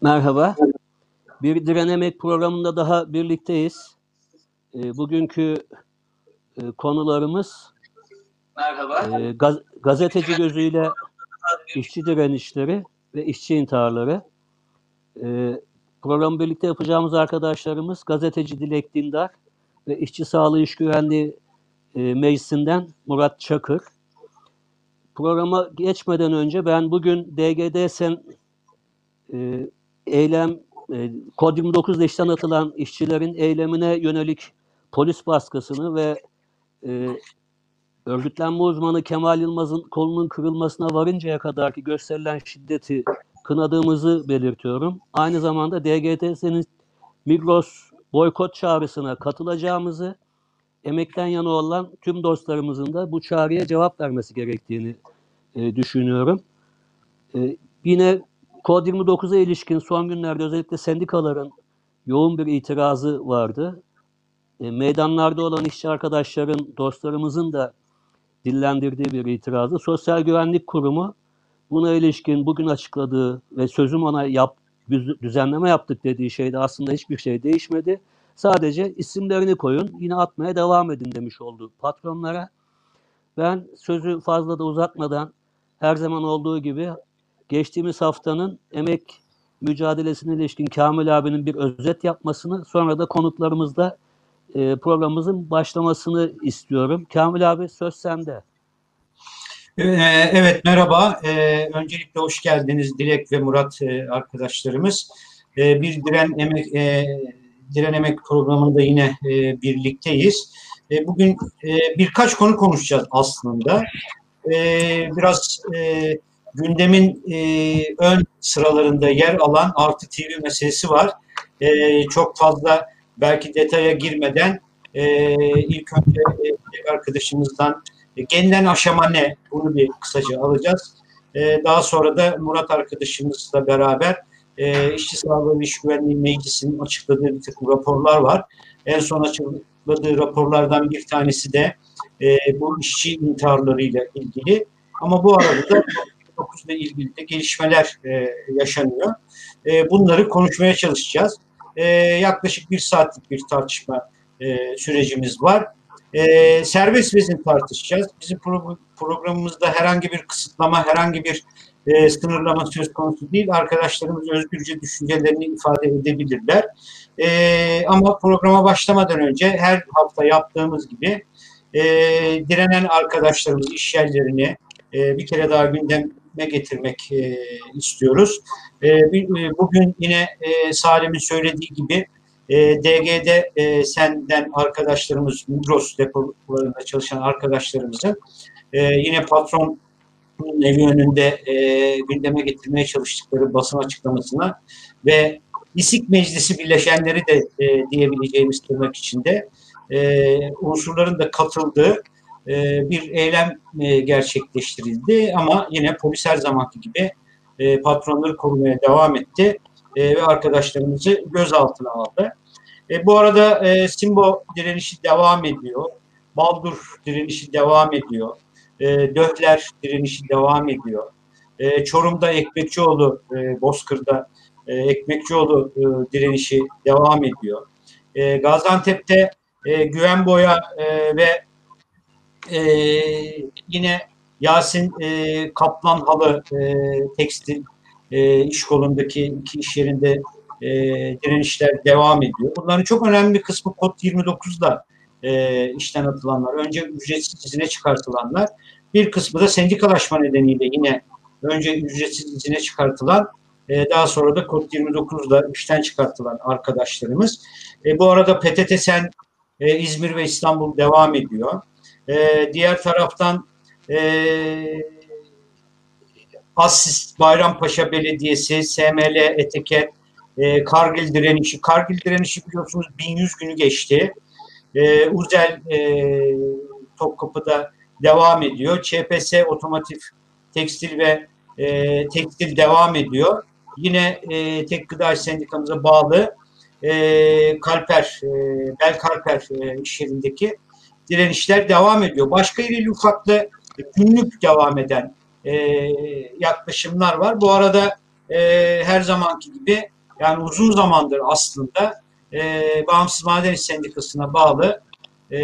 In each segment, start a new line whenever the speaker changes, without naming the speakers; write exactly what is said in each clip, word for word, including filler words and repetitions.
Merhaba. Bir Direnemek programında daha birlikteyiz. E, bugünkü e, konularımız
Merhaba.
e, gaz, gazeteci gözüyle işçi direnişleri ve işçi intiharları. E, programı birlikte yapacağımız arkadaşlarımız gazeteci Dilek Dindar ve İşçi Sağlığı İş Güvenliği e, Meclisi'nden Murat Çakır. Programa geçmeden önce ben bugün D G D Sen e, eylem e, Kod yirmi dokuzda işten atılan işçilerin eylemine yönelik polis baskısını ve e, örgütlenme uzmanı Kemal Yılmaz'ın kolunun kırılmasına varıncaya kadarki gösterilen şiddeti kınadığımızı belirtiyorum. Aynı zamanda D G D S'nin Migros boykot çağrısına katılacağımızı, emekten yana olan tüm dostlarımızın da bu çağrıya cevap vermesi gerektiğini e, düşünüyorum. E, yine Kod yirmi dokuza ilişkin son günlerde özellikle sendikaların yoğun bir itirazı vardı. E, meydanlarda olan işçi arkadaşların, dostlarımızın da dillendirdiği bir itirazı. Sosyal Güvenlik Kurumu buna ilişkin bugün açıkladığı ve sözüm ona yap, düzenleme yaptık dediği şeyde aslında hiçbir şey değişmedi. Sadece isimlerini koyun, yine atmaya devam edin demiş oldu patronlara. Ben sözü fazla da uzatmadan her zaman olduğu gibi geçtiğimiz haftanın emek mücadelesine ilişkin Kamil abinin bir özet yapmasını, sonra da konuklarımızla e, programımızın başlamasını istiyorum. Kamil abi, söz sende.
Evet, merhaba. Öncelikle hoş geldiniz Dilek ve Murat arkadaşlarımız. Bir Diren Emek, Diren Emek programında yine birlikteyiz. Bugün birkaç konu konuşacağız aslında. Biraz gündemin ön sıralarında yer alan Artı T V meselesi var. Çok fazla belki detaya girmeden ilk önce arkadaşımızdan gelinen aşama ne? Bunu bir kısaca alacağız. Ee, daha sonra da Murat arkadaşımızla beraber e, İşçi Sağlığı ve İş Güvenliği Meclisi'nin açıkladığı bir takım raporlar var. En son açıkladığı raporlardan bir tanesi de e, bu işçi intiharlarıyla ilgili. Ama bu arada da dokuz ile ilgili de gelişmeler e, yaşanıyor. E, bunları konuşmaya çalışacağız. E, yaklaşık bir saatlik bir tartışma e, sürecimiz var. E, serbest vezin tartışacağız. Bizim pro programımızda herhangi bir kısıtlama, herhangi bir e, sınırlama söz konusu değil. Arkadaşlarımız özgürce düşüncelerini ifade edebilirler. E, ama programa başlamadan önce her hafta yaptığımız gibi e, direnen arkadaşlarımız iş yerlerini e, bir kere daha gündeme getirmek e, istiyoruz. E, bugün yine e, Salim'in söylediği gibi E, D G D e, Sen'den arkadaşlarımız, Migros depolarında çalışan arkadaşlarımızın e, yine patron evi önünde e, gündeme getirmeye çalıştıkları basın açıklamasına ve İSİK Meclisi bileşenleri de e, diyebileceğimiz tırnak içinde e, unsurların da katıldığı e, bir eylem e, gerçekleştirildi. Ama yine polis her zamanki gibi e, patronları korumaya devam etti. E, ve arkadaşlarımızı gözaltına aldı. E, bu arada e, Simbo direnişi devam ediyor. Baldur direnişi devam ediyor. E, Döhler direnişi devam ediyor. E, Çorum'da Ekmekçioğlu, e, Bozkır'da e, Ekmekçioğlu e, direnişi devam ediyor. E, Gaziantep'te e, Güvenboya e, ve e, yine Yasin e, Kaplan Halı e, tekstil e, iş kolundaki iki iş yerinde e, direnişler devam ediyor. Bunların çok önemli bir kısmı Kod yirmi dokuzda e, işten atılanlar, önce ücretsiz izine çıkartılanlar, bir kısmı da sendikalaşma nedeniyle yine önce ücretsiz izine çıkartılan, e, daha sonra da Kod yirmi dokuzda işten çıkartılan arkadaşlarımız. E, bu arada P T T Sen e, İzmir ve İstanbul devam ediyor. E, diğer taraftan e, Assis Bayrampaşa Belediyesi, S M L, Eteket, e, Kargil direnişi. Kargil direnişi biliyorsunuz bin yüz günü geçti. E, Uzel e, Topkapı'da devam ediyor. Ç P S Otomotiv Tekstil ve e, Tekstil devam ediyor. Yine e, Tek Gıda Sendikamıza bağlı e, Kalper, e, Bel Kalper e, iş yerindeki direnişler devam ediyor. Başka irili ufaklı günlük devam eden e, yaklaşımlar var. Bu arada e, her zamanki gibi yani uzun zamandır aslında e, Bağımsız Maden İş Sendikası'na bağlı e,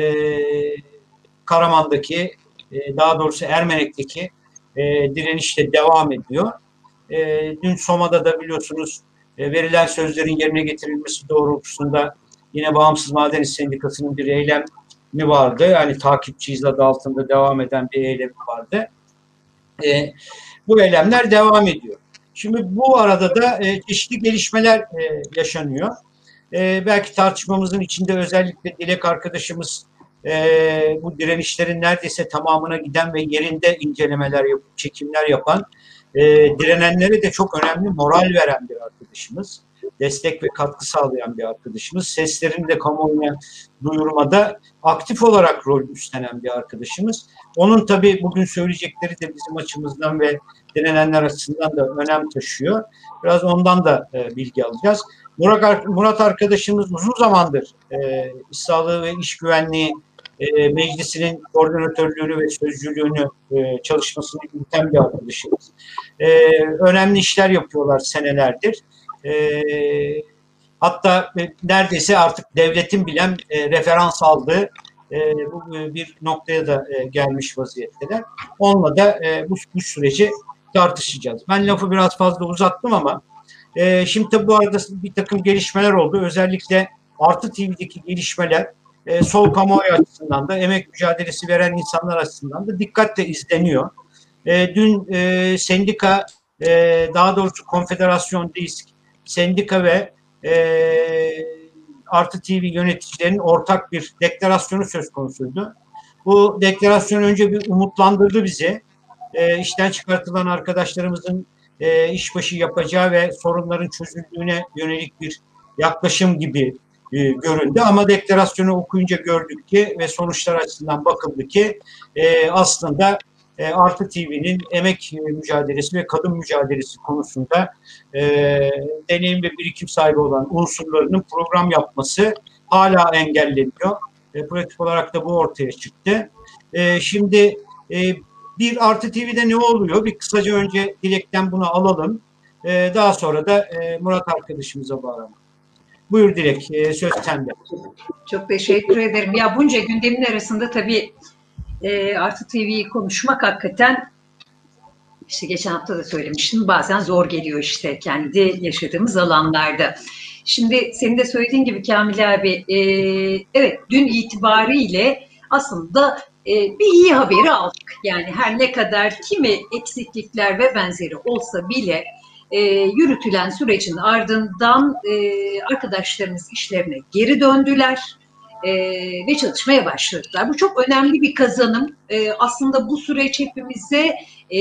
Karaman'daki e, daha doğrusu Ermenek'teki e, direniş de devam ediyor. E, dün Soma'da da biliyorsunuz e, verilen sözlerin yerine getirilmesi doğrultusunda yine Bağımsız Maden İş Sendikası'nın bir eylemi vardı. Yani takipçiyiz adı altında devam eden bir eylem vardı. E, bu eylemler devam ediyor. Şimdi bu arada da e, çeşitli gelişmeler e, yaşanıyor. E, belki tartışmamızın içinde özellikle Dilek arkadaşımız e, bu direnişlerin neredeyse tamamına giden ve yerinde incelemeler yapıp çekimler yapan, e, direnenlere de çok önemli moral veren bir arkadaşımız. Destek ve katkı sağlayan bir arkadaşımız. Seslerini de kamuoyuna duyurmada aktif olarak rol üstlenen bir arkadaşımız. Onun tabii bugün söyleyecekleri de bizim açımızdan ve direnenler açısından da önem taşıyor. Biraz ondan da e, bilgi alacağız. Murat, Murat arkadaşımız uzun zamandır e, İş Sağlığı ve İş Güvenliği e, Meclisi'nin koordinatörlüğünü ve sözcülüğünü e, çalışmasını yürüten bir arkadaşımız. E, önemli işler yapıyorlar senelerdir. E, hatta e, neredeyse artık devletin bilen e, referans aldığı e, bu e, bir noktaya da e, gelmiş vaziyetteler. Onunla da e, bu, bu süreci tartışacağız. Ben lafı biraz fazla uzattım ama e, şimdi tabii bu arada bir takım gelişmeler oldu. Özellikle Artı T V'deki gelişmeler e, sol kamuoyu açısından da emek mücadelesi veren insanlar açısından da dikkatle izleniyor. E, dün e, sendika e, daha doğrusu konfederasyon değil, sendika ve e, Artı T V yöneticilerinin ortak bir deklarasyonu söz konusuydu. Bu deklarasyon önce bir umutlandırdı bizi. E, işten çıkartılan arkadaşlarımızın e, işbaşı yapacağı ve sorunların çözüldüğüne yönelik bir yaklaşım gibi e, göründü. Ama deklarasyonu okuyunca gördük ki ve sonuçlar açısından bakıldı ki e, aslında e, Artı T V'nin emek mücadelesi ve kadın mücadelesi konusunda e, deneyim ve birikim sahibi olan unsurlarının program yapması hala engelleniyor. E, pratik olarak da bu ortaya çıktı. E, şimdi e, bir Artı T V'de ne oluyor? Bir kısaca önce Dilek'ten bunu alalım. E, daha sonra da e, Murat arkadaşımıza bağlanalım. Buyur Dilek, e, söz sende.
Çok teşekkür ederim. Ya bunca gündemin arasında tabii e, Artı T V'yi konuşmak hakikaten işte geçen hafta da söylemiştim, bazen zor geliyor işte kendi yaşadığımız alanlarda. Şimdi senin de söylediğin gibi Kamil abi, e, evet dün itibariyle aslında e, bir iyi haberi aldık. Yani her ne kadar kimi eksiklikler ve benzeri olsa bile e, yürütülen sürecin ardından e, arkadaşlarımız işlerine geri döndüler. Ee, ve çalışmaya başladılar. Bu çok önemli bir kazanım. Ee, aslında bu süreç hepimize e,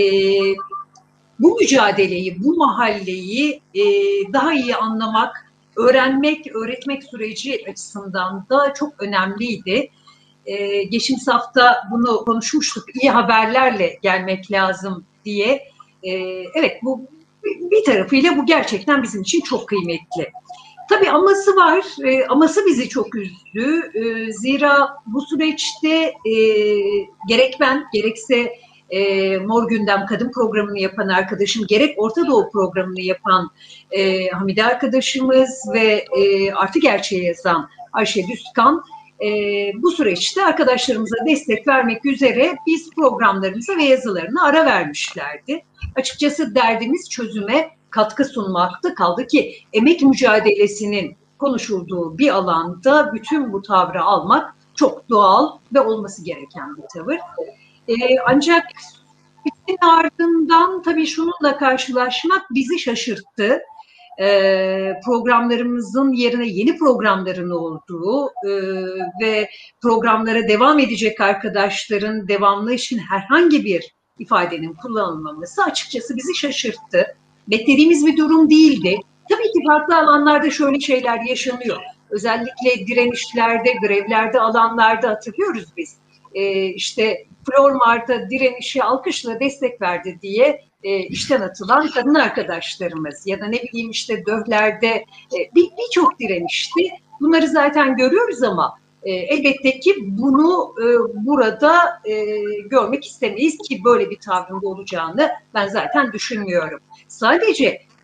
bu mücadeleyi, bu mahalleyi e, daha iyi anlamak, öğrenmek, öğretmek süreci açısından da çok önemliydi. Ee, geçtiğimiz hafta bunu konuşmuştuk. İyi haberlerle gelmek lazım diye. Ee, evet, bu bir tarafıyla bu gerçekten bizim için çok kıymetli. Tabii aması var, e, aması bizi çok üzdü. E, zira bu süreçte e, gerek ben, gerekse e, Mor Gündem Kadın programını yapan arkadaşım, gerek Orta Doğu programını yapan e, Hamide arkadaşımız ve e, Artı Gerçeğe yazan Ayşe Düzkan, e, bu süreçte arkadaşlarımıza destek vermek üzere biz programlarımıza ve yazılarına ara vermişlerdi. Açıkçası derdimiz çözüme katkı sunmaktı. Kaldı ki emek mücadelesinin konuşulduğu bir alanda bütün bu tavrı almak çok doğal ve olması gereken bir tavır. Ee, ancak bütün ardından tabii şununla karşılaşmak bizi şaşırttı. Ee, programlarımızın yerine yeni programların olduğu e, ve programlara devam edecek arkadaşların devamlı için herhangi bir ifadenin kullanılmaması açıkçası bizi şaşırttı. Beklediğimiz bir durum değildi. Tabii ki farklı alanlarda şöyle şeyler yaşanıyor. Özellikle direnişlerde, grevlerde, alanlarda hatırlıyoruz biz. Ee, işte Flormar'da direnişi alkışla destek verdi diye e, işten atılan kadın arkadaşlarımız ya da ne bileyim işte Döhler'de e, birçok bir direnişti. Bunları zaten görüyoruz ama e, elbette ki bunu e, burada e, görmek istemeyiz ki böyle bir tavrında olacağını ben zaten düşünmüyorum. Sadece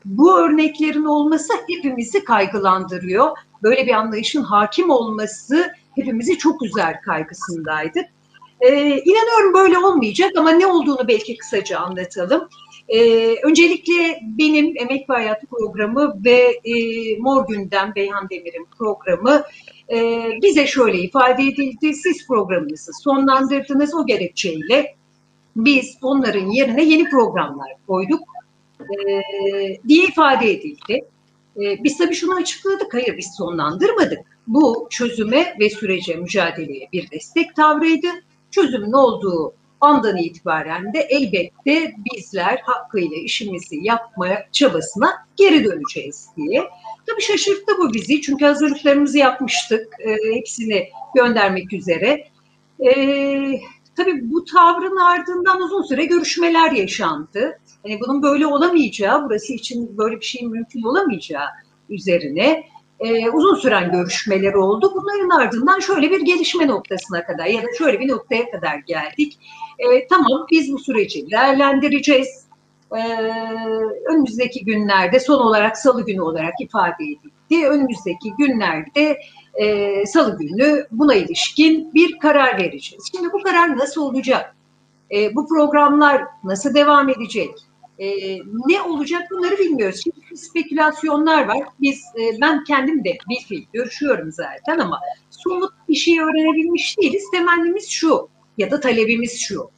bu örneklerin olması hepimizi kaygılandırıyor. Böyle bir anlayışın hakim olması hepimizi çok üzer kaygısındaydık. Ee, inanıyorum böyle olmayacak ama ne olduğunu belki kısaca anlatalım. Ee, öncelikle benim Emek ve Hayat programı ve e, Mor Gündem Beyhan Demir'in programı e, bize şöyle ifade edildi. Siz programınızı sonlandırdınız, o gerekçeyle biz onların yerine yeni programlar koyduk e, diye ifade edildi. E, biz tabii şunu açıkladık, hayır biz sonlandırmadık. Bu çözüme ve sürece, mücadeleye bir destek tavrıydı. Çözümün olduğu andan itibaren de elbette bizler hakkıyla işimizi yapma çabasına geri döneceğiz diye. Tabii şaşırttı bu bizi çünkü hazırlıklarımızı yapmıştık, e, hepsini göndermek üzere. E, tabii bu tavrın ardından uzun süre görüşmeler yaşandı. Yani bunun böyle olamayacağı, burası için böyle bir şeyin mümkün olamayacağı üzerine e, uzun süren görüşmeler oldu. Bunların ardından şöyle bir gelişme noktasına kadar ya da şöyle bir noktaya kadar geldik. E, tamam biz bu süreci değerlendireceğiz. E, önümüzdeki günlerde son olarak Salı günü olarak ifade edildi. Önümüzdeki günlerde e, Salı günü buna ilişkin bir karar vereceğiz. Şimdi bu karar nasıl olacak? E, bu programlar nasıl devam edecek? E, ne olacak bunları bilmiyoruz. Şimdi spekülasyonlar var. Biz, e, ben kendim de bir fiil görüşüyorum zaten ama somut bir şey öğrenebilmiş değiliz. Temennimiz şu ya da talebimiz şu.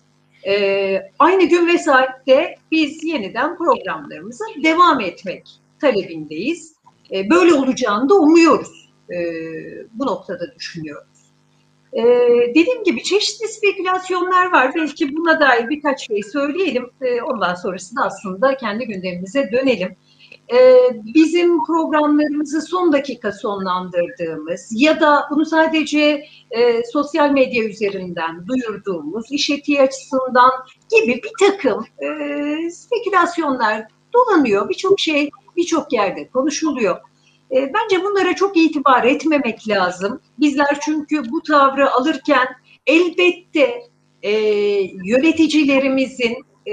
E, aynı gün ve saatte biz yeniden programlarımıza devam etmek talebindeyiz. E, böyle olacağını da umuyoruz. E, bu noktada düşünüyoruz. Ee, dediğim gibi çeşitli spekülasyonlar var. Belki buna dair birkaç şey söyleyelim. Ee, ondan sonrası da aslında kendi gündemimize dönelim. Ee, bizim programlarımızı son dakika sonlandırdığımız ya da bunu sadece e, sosyal medya üzerinden duyurduğumuz, iş etiği açısından gibi bir takım e, spekülasyonlar dolanıyor. Birçok şey birçok yerde konuşuluyor. E, bence bunlara çok itibar etmemek lazım. Bizler çünkü bu tavrı alırken elbette e, yöneticilerimizin e,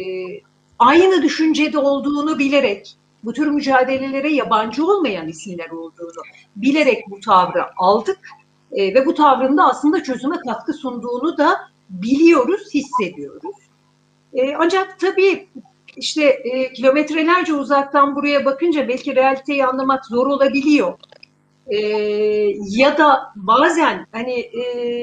aynı düşüncede olduğunu bilerek, bu tür mücadelelere yabancı olmayan isimler olduğunu bilerek bu tavrı aldık. E, ve bu tavrın da aslında çözüme katkı sunduğunu da biliyoruz, hissediyoruz. E, ancak tabii İşte e, kilometrelerce uzaktan buraya bakınca belki realiteyi anlamak zor olabiliyor. E, ya da bazen hani e,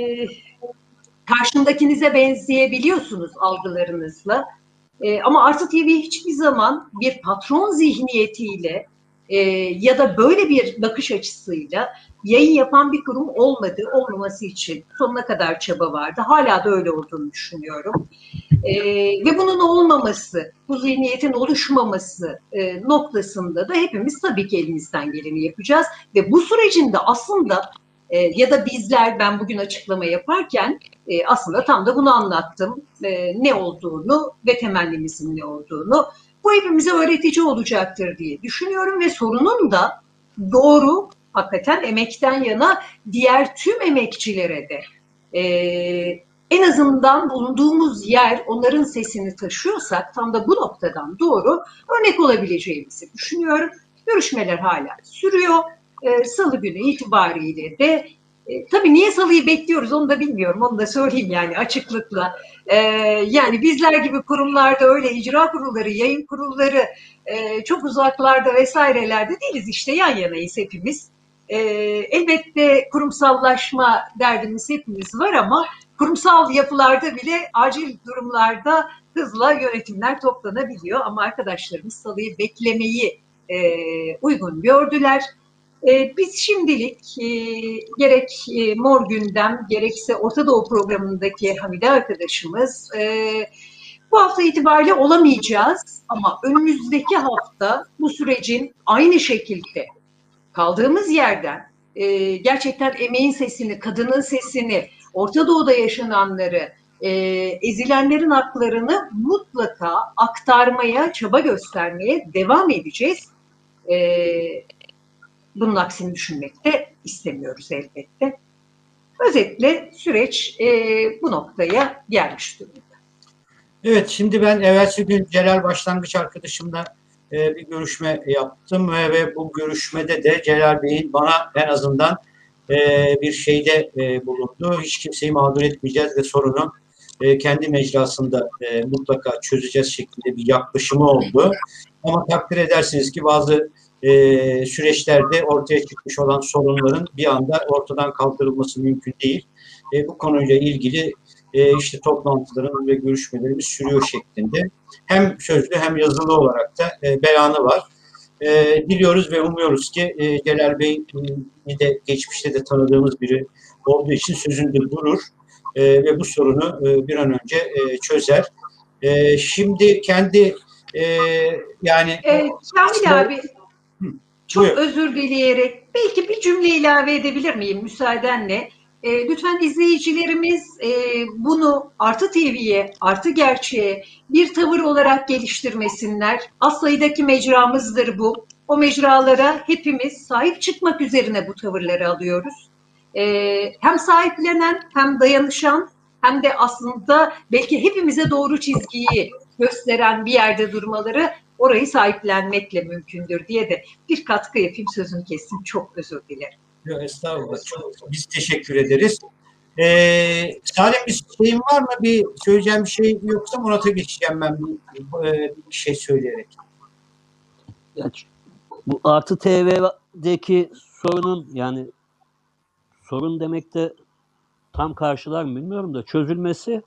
karşındakinize benzeyebiliyorsunuz algılarınızla. E, ama Artı T V hiçbir zaman bir patron zihniyetiyle e, ya da böyle bir bakış açısıyla yayın yapan bir kurum olmadı, olmaması için sonuna kadar çaba vardı. Hala da öyle olduğunu düşünüyorum. Ee, ve bunun olmaması, bu zihniyetin oluşmaması e, noktasında da hepimiz tabii ki elimizden geleni yapacağız. Ve bu sürecin de aslında e, ya da bizler, ben bugün açıklama yaparken e, aslında tam da bunu anlattım. E, ne olduğunu ve temennimizin ne olduğunu. Bu hepimize öğretici olacaktır diye düşünüyorum ve sorunun da doğru, hakikaten emekten yana diğer tüm emekçilere de e, en azından bulunduğumuz yer onların sesini taşıyorsak tam da bu noktadan doğru örnek olabileceğimizi düşünüyorum. Görüşmeler hala sürüyor. E, Salı günü itibariyle de e, tabii niye Salı'yı bekliyoruz onu da bilmiyorum. Onu da söyleyeyim yani açıklıkla. E, yani bizler gibi kurumlarda öyle icra kurulları, yayın kurulları e, çok uzaklarda vesairelerde değiliz. İşte yan yanayız hepimiz. E, elbette kurumsallaşma derdimiz hepimiz var ama kurumsal yapılarda bile acil durumlarda hızla yönetimler toplanabiliyor. Ama arkadaşlarımız Salı'yı beklemeyi e, uygun gördüler. E, biz şimdilik e, gerek e, Mor Gündem gerekse Orta Doğu programındaki Hamide arkadaşımız e, bu hafta itibariyle olamayacağız. Ama önümüzdeki hafta bu sürecin aynı şekilde kaldığımız yerden e, gerçekten emeğin sesini, kadının sesini, Orta Doğu'da yaşananları, e, ezilenlerin haklarını mutlaka aktarmaya, çaba göstermeye devam edeceğiz. E, bunun aksini düşünmek de istemiyoruz elbette. Özetle süreç e, bu noktaya gelmiş durumda.
Evet, şimdi ben evvelsi gün Celal Başlangıç arkadaşımla e, bir görüşme yaptım ve, ve bu görüşmede de Celal Bey'in bana en azından e, bir şeyde e, bulundu. Hiç kimseyi mağdur etmeyeceğiz ve sorunu e, kendi mecrasında e, mutlaka çözeceğiz şeklinde bir yaklaşımı oldu. Ama takdir edersiniz ki bazı e, süreçlerde ortaya çıkmış olan sorunların bir anda ortadan kaldırılması mümkün değil. E, bu konuyla ilgili e, işte toplantıların ve görüşmelerimiz sürüyor şeklinde. Hem sözlü hem yazılı olarak da e, beyanı var. E, diliyoruz ve umuyoruz ki e, Celal Bey'i de geçmişte de tanıdığımız biri olduğu için sözünde durur e, ve bu sorunu e, bir an önce e, çözer. E, şimdi kendi e, yani
e, Kamil abi
Hı,
çok
buyur.
özür dileyerek belki bir cümle ilave edebilir miyim müsaadenle? E, lütfen izleyicilerimiz e, bunu Artı T V'ye, Artı Gerçeğe bir tavır olarak geliştirmesinler. Az sayıdaki mecramızdır bu. O mecralara hepimiz sahip çıkmak üzerine bu tavırları alıyoruz. E, hem sahiplenen hem dayanışan hem de aslında belki hepimize doğru çizgiyi gösteren bir yerde durmaları orayı sahiplenmekle mümkündür diye de bir katkı yapayım, sözünü kestim. Çok özür dilerim.
Yok, estağfurullah. Çok, biz teşekkür ederiz. Ee, Salim, bir şeyin var mı? Bir söyleyeceğim bir şey yoksa Murat'a geçeceğim ben bir, bir şey söyleyerek.
Ya, bu Artı T V'deki sorunun, yani sorun demek de tam karşılar mı bilmiyorum da, çözülmesi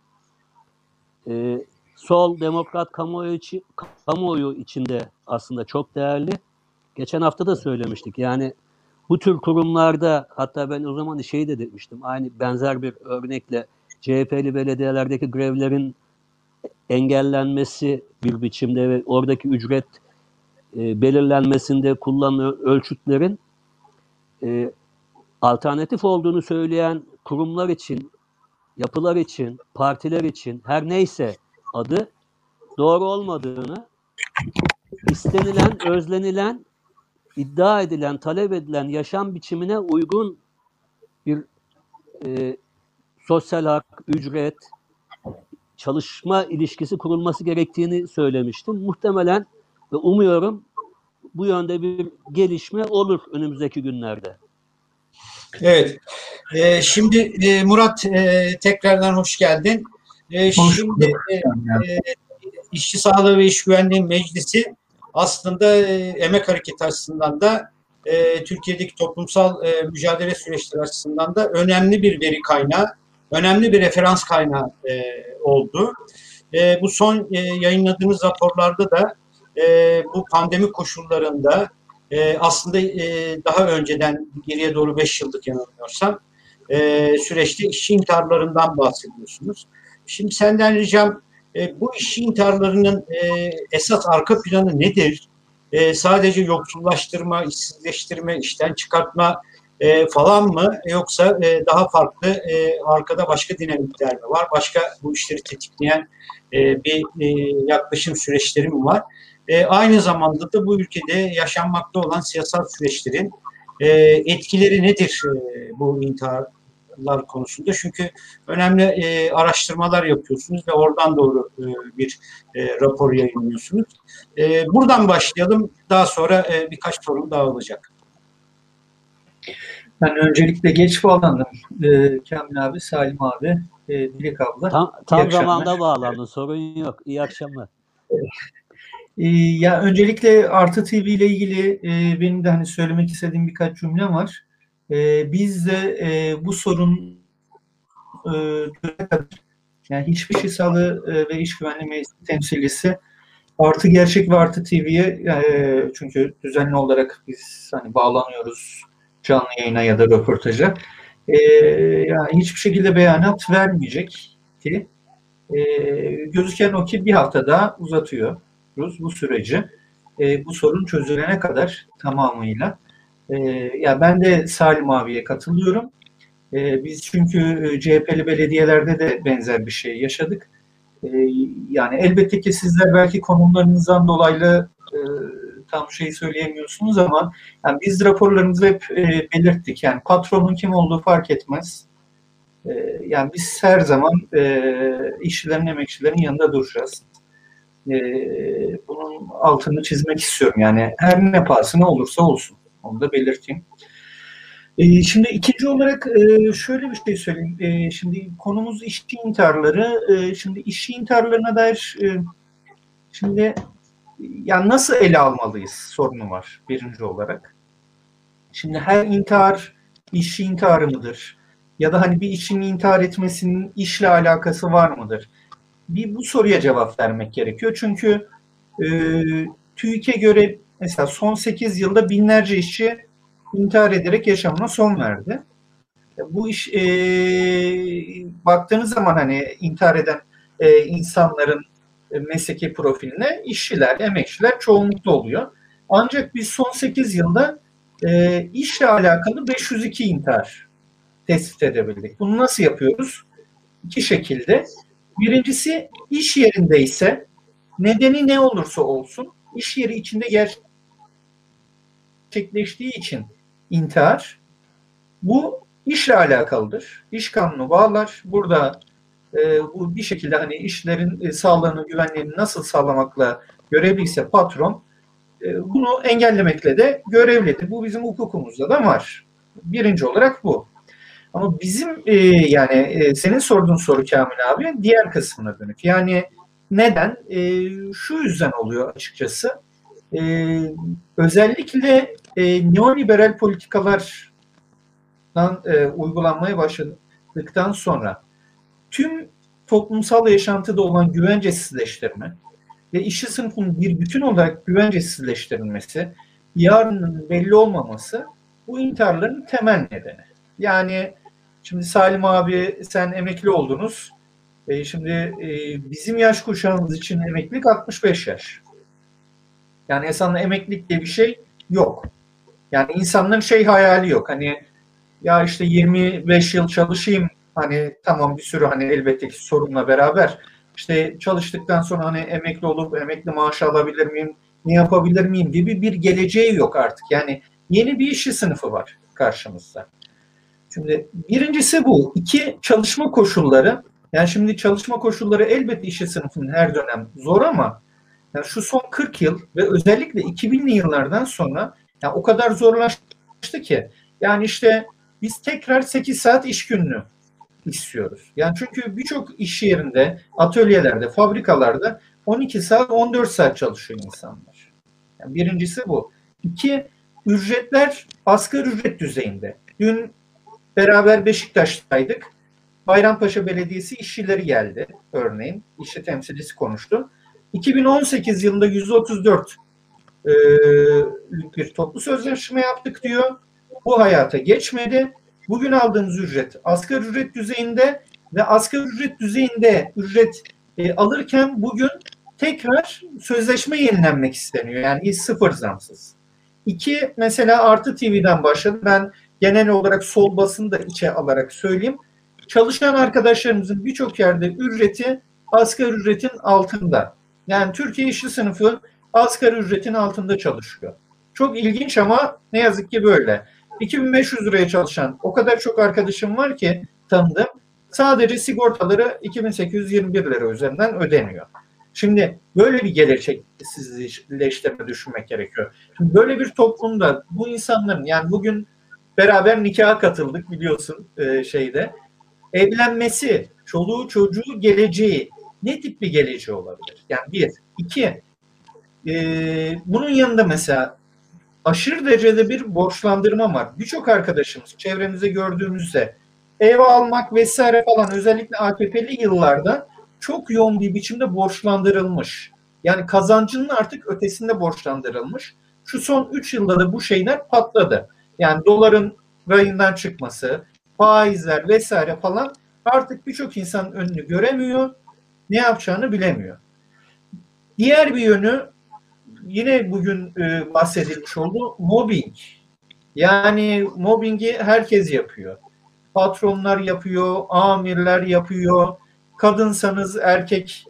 e, sol demokrat kamuoyu, içi, kamuoyu içinde aslında çok değerli. Geçen hafta da söylemiştik. Yani bu tür kurumlarda, hatta ben o zaman şey de demiştim, aynı benzer bir örnekle C H P'li belediyelerdeki grevlerin engellenmesi bir biçimde ve oradaki ücret e, belirlenmesinde kullanılan ölçütlerin e, alternatif olduğunu söyleyen kurumlar için, yapılar için, partiler için, her neyse adı, doğru olmadığını, istenilen, özlenilen, iddia edilen, talep edilen yaşam biçimine uygun bir e, sosyal hak, ücret, çalışma ilişkisi kurulması gerektiğini söylemiştim. Muhtemelen ve umuyorum bu yönde bir gelişme olur önümüzdeki günlerde.
Evet. Ee, şimdi e, Murat, e, tekrardan hoş geldin. E, şimdi e, e, İşçi Sağlığı ve İş Güvenliği Meclisi aslında e, emek hareketi açısından da e, Türkiye'deki toplumsal e, mücadele süreçleri açısından da önemli bir veri kaynağı, önemli bir referans kaynağı e, oldu. E, bu son e, yayınladığınız raporlarda da e, bu pandemi koşullarında e, aslında e, daha önceden geriye doğru beş yıllık yanılmıyorsam e, süreçte işçi intiharlarından bahsediyorsunuz. Şimdi senden ricam, E, bu işçi intiharlarının e, esas arka planı nedir? E, sadece yoksullaştırma, işsizleştirme, işten çıkartma e, falan mı? Yoksa e, daha farklı e, arkada başka dinamikler mi var? Başka bu işleri tetikleyen e, bir e, yaklaşım süreçleri mi var? E, aynı zamanda da bu ülkede yaşanmakta olan siyasal süreçlerin e, etkileri nedir e, bu intihar konusunda? Çünkü önemli e, araştırmalar yapıyorsunuz ve oradan doğru e, bir e, rapor yayınlıyorsunuz. E, buradan başlayalım. Daha sonra e, birkaç sorum daha olacak.
Ben öncelikle geç bağlandım. E, Kamil abi, Salim abi, e, Dilek abla.
Tam, tam zamanda bağlandın. Sorun yok. İyi akşamlar.
E, ya öncelikle Artı T V ile ilgili e, benim de hani söylemek istediğim birkaç cümle var. E, biz de e, bu sorun e, yani hiçbir şey sağlığı e, ve iş güvenliği meclisi temsilcisi Artı Gerçek ve Artı T V'ye e, çünkü düzenli olarak biz hani bağlanıyoruz canlı yayına ya da röportaja. E, yani hiçbir şekilde beyanat vermeyecek ki e, gözüken o ki bir hafta daha uzatıyoruz bu süreci. E, bu sorun çözülene kadar tamamıyla. E, ya ben de Salim abiye katılıyorum. E, biz çünkü C H P'li belediyelerde de benzer bir şey yaşadık. E, yani elbette ki sizler belki konumlarınızdan dolayı e, tam şeyi söyleyemiyorsunuz ama yani biz raporlarımızı hep e, belirttik. Yani patronun kim olduğu fark etmez. E, yani biz her zaman e, işçilerin, emekçilerin yanında duracağız. E, bunun altını çizmek istiyorum. Yani her ne pahasına olursa olsun. Onu da belirteyim. E, şimdi ikinci olarak e, şöyle bir şey söyleyeyim. E, şimdi konumuz işçi intiharları. E, şimdi işçi intiharlarına dair e, şimdi yani nasıl ele almalıyız sorunu var birinci olarak. Şimdi her intihar işçi intiharı mıdır? Ya da hani bir işçinin intihar etmesinin işle alakası var mıdır? Bir bu soruya cevap vermek gerekiyor. Çünkü e, TÜİK'e göre mesela son sekiz yılda binlerce işçi intihar ederek yaşamına son verdi. Bu iş e, baktığınız zaman hani intihar eden e, insanların e, mesleki profiline işçiler, emekçiler çoğunlukta oluyor. Ancak biz son sekiz yılda e, işle alakalı beş yüz iki intihar tespit edebildik. Bunu nasıl yapıyoruz? İki şekilde. Birincisi iş yerindeyse nedeni ne olursa olsun iş yeri içinde gerçekleştiği için intihar bu işle alakalıdır. İş kanunu bağlar. Burada e, bu bir şekilde hani işlerin e, sağlığını, güvenliğini nasıl sağlamakla görevliyse patron e, bunu engellemekle de görevlidir. Bu bizim hukukumuzda da var. Birinci olarak bu. Ama bizim e, yani e, senin sorduğun soru Kamil abi diğer kısmına dönük. Yani neden? E, şu yüzden oluyor açıkçası. E, özellikle e, neoliberal politikalardan e, uygulanmaya başladıktan sonra tüm toplumsal yaşantıda olan güvencesizleştirme ve işçi sınıfının bir bütün olarak güvencesizleştirilmesi, yarının belli olmaması bu intiharların temel nedeni. Yani şimdi Salim abi sen emekli oldunuz. E, şimdi e, bizim yaş kuşağımız için emeklilik altmış beş yaş. Yani esasında emeklilik diye bir şey yok. Yani insanların şey hayali yok. Hani ya işte yirmi beş yıl çalışayım hani tamam bir sürü hani elbette ki sorunla beraber işte çalıştıktan sonra hani emekli olup emekli maaşı alabilir miyim, ne yapabilir miyim gibi bir geleceği yok artık. Yani yeni bir işçi sınıfı var karşımızda. Şimdi birincisi bu. İki, çalışma koşulları. Yani şimdi çalışma koşulları elbette işçi sınıfının her dönem zor ama yani şu son kırk yıl ve özellikle iki binli yıllardan sonra yani o kadar zorlaştı ki yani işte biz tekrar sekiz saat iş gününü istiyoruz. Yani çünkü birçok iş yerinde, atölyelerde, fabrikalarda on iki saat, on dört saat çalışıyor insanlar. Yani birincisi bu. İki, ücretler asgari ücret düzeyinde. Dün beraber Beşiktaş'taydık. Bayrampaşa Belediyesi işçileri geldi örneğin. İşçi temsilcisi konuştu. iki bin on sekiz yılında yüzde otuz dört e, bir toplu sözleşme yaptık diyor. Bu hayata geçmedi. Bugün aldığımız ücret asgari ücret düzeyinde ve asgari ücret düzeyinde ücret e, alırken bugün tekrar sözleşme yenilenmek isteniyor. Yani sıfır zamsız. İki, mesela Artı T V'den başladı. Ben genel olarak sol basını da içe alarak söyleyeyim. Çalışan arkadaşlarımızın birçok yerde ücreti asgari ücretin altında. Yani Türkiye işçi sınıfı asgari ücretin altında çalışıyor. Çok ilginç ama ne yazık ki böyle. iki bin beş yüz liraya çalışan o kadar çok arkadaşım var ki tanıdım. Sadece sigortaları iki bin sekiz yüz yirmi bir lira üzerinden ödeniyor. Şimdi böyle bir gerçeksizleştirme düşünmek gerekiyor. Şimdi böyle bir toplumda bu insanların yani bugün beraber nikaha katıldık biliyorsun e, şeyde. Evlenmesi, çoluğu çocuğu geleceği ne tip bir geleceği olabilir? Yani bir. iki e, bunun yanında mesela aşırı derecede bir borçlandırma var. Birçok arkadaşımız çevremizde gördüğümüzde ev almak vesaire falan özellikle A K P'li yıllarda çok yoğun bir biçimde borçlandırılmış. Yani kazancının artık ötesinde borçlandırılmış. Şu son üç yılda da bu şeyler patladı. Yani doların rayından çıkması, faizler vesaire falan artık birçok insan önünü göremiyor, ne yapacağını bilemiyor. Diğer bir yönü yine bugün e, bahsedilmiş oldu, mobbing. Yani mobbingi herkes yapıyor. Patronlar yapıyor, amirler yapıyor, kadınsanız erkek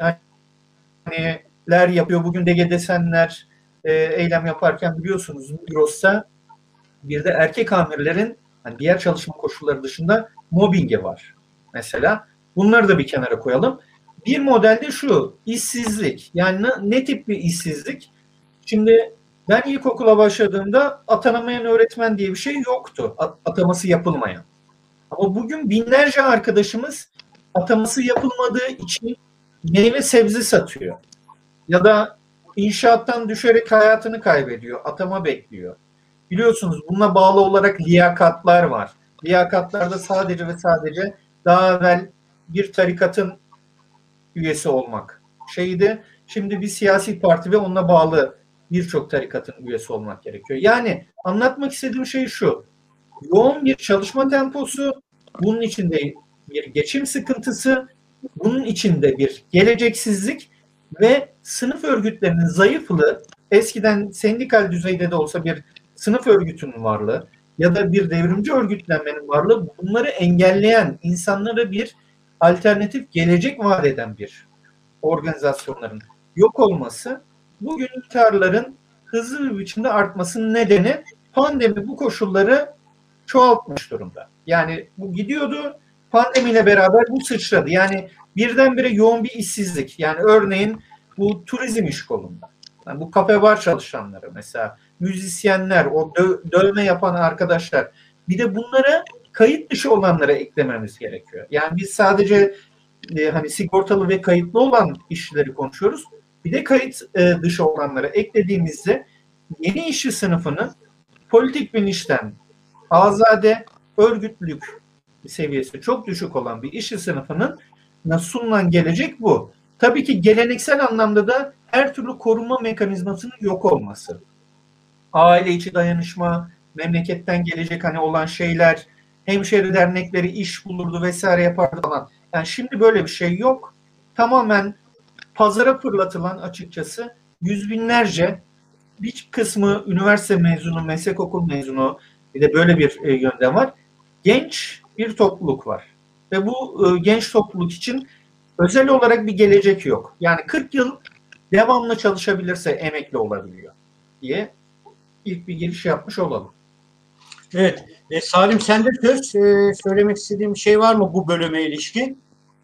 hani yapıyor. Bugün D G Desenler e, eylem yaparken biliyorsunuz Migros'ta bir de erkek amirlerin hani diğer çalışma koşulları dışında mobbingi var. Mesela bunları da bir kenara koyalım. Bir modelde şu, işsizlik. Yani ne, ne tip bir işsizlik? Şimdi ben ilkokula başladığımda atanamayan öğretmen diye bir şey yoktu. Ataması yapılmayan. Ama bugün binlerce arkadaşımız ataması yapılmadığı için meyve sebze satıyor. Ya da inşaattan düşerek hayatını kaybediyor. Atama bekliyor. Biliyorsunuz buna bağlı olarak liyakatlar var. Liyakatlarda sadece ve sadece daha evvel bir tarikatın üyesi olmak şeydi. Şimdi bir siyasi parti ve onunla bağlı birçok tarikatın üyesi olmak gerekiyor. Yani anlatmak istediğim şey şu. Yoğun bir çalışma temposu, bunun içinde bir geçim sıkıntısı, bunun içinde bir geleceksizlik ve sınıf örgütlerinin zayıflığı, eskiden sendikal düzeyde de olsa bir sınıf örgütünün varlığı ya da bir devrimci örgütlenmenin varlığı, bunları engelleyen, insanlara bir alternatif gelecek vaat eden bir organizasyonların yok olması, bugün intiharların hızlı bir biçimde artmasının nedeni pandemi bu koşulları çoğaltmış durumda. Yani bu gidiyordu, pandemiyle beraber bu sıçradı. Yani birdenbire yoğun bir işsizlik. Yani örneğin bu turizm iş kolunda. Yani bu kafe bar çalışanları mesela, müzisyenler, o dö- dövme yapan arkadaşlar. Bir de bunlara kayıt dışı olanlara eklememiz gerekiyor. Yani biz sadece e, hani sigortalı ve kayıtlı olan işçileri konuşuyoruz. Bir de kayıt e, dışı olanlara eklediğimizde yeni işçi sınıfının politik bilinçten azade, örgütlülük seviyesi çok düşük olan bir işçi sınıfının sunulan gelecek bu. Tabii ki geleneksel anlamda da her türlü korunma mekanizmasının yok olması. Aile içi dayanışma, memleketten gelecek hani olan şeyler, hemşeri dernekleri iş bulurdu vesaire yapardı falan. Yani şimdi böyle bir şey yok. Tamamen pazara fırlatılan açıkçası yüz binlerce, bir kısmı üniversite mezunu, meslek okul mezunu, bir de böyle bir e, yöntem var. Genç bir topluluk var. Ve bu e, genç topluluk için özel olarak bir gelecek yok. Yani kırk yıl devamlı çalışabilirse emekli olabiliyor diye ilk bir giriş yapmış olalım.
Evet. E, Salim sende söz e, söylemek istediğim bir şey var mı bu bölüme ilişkin?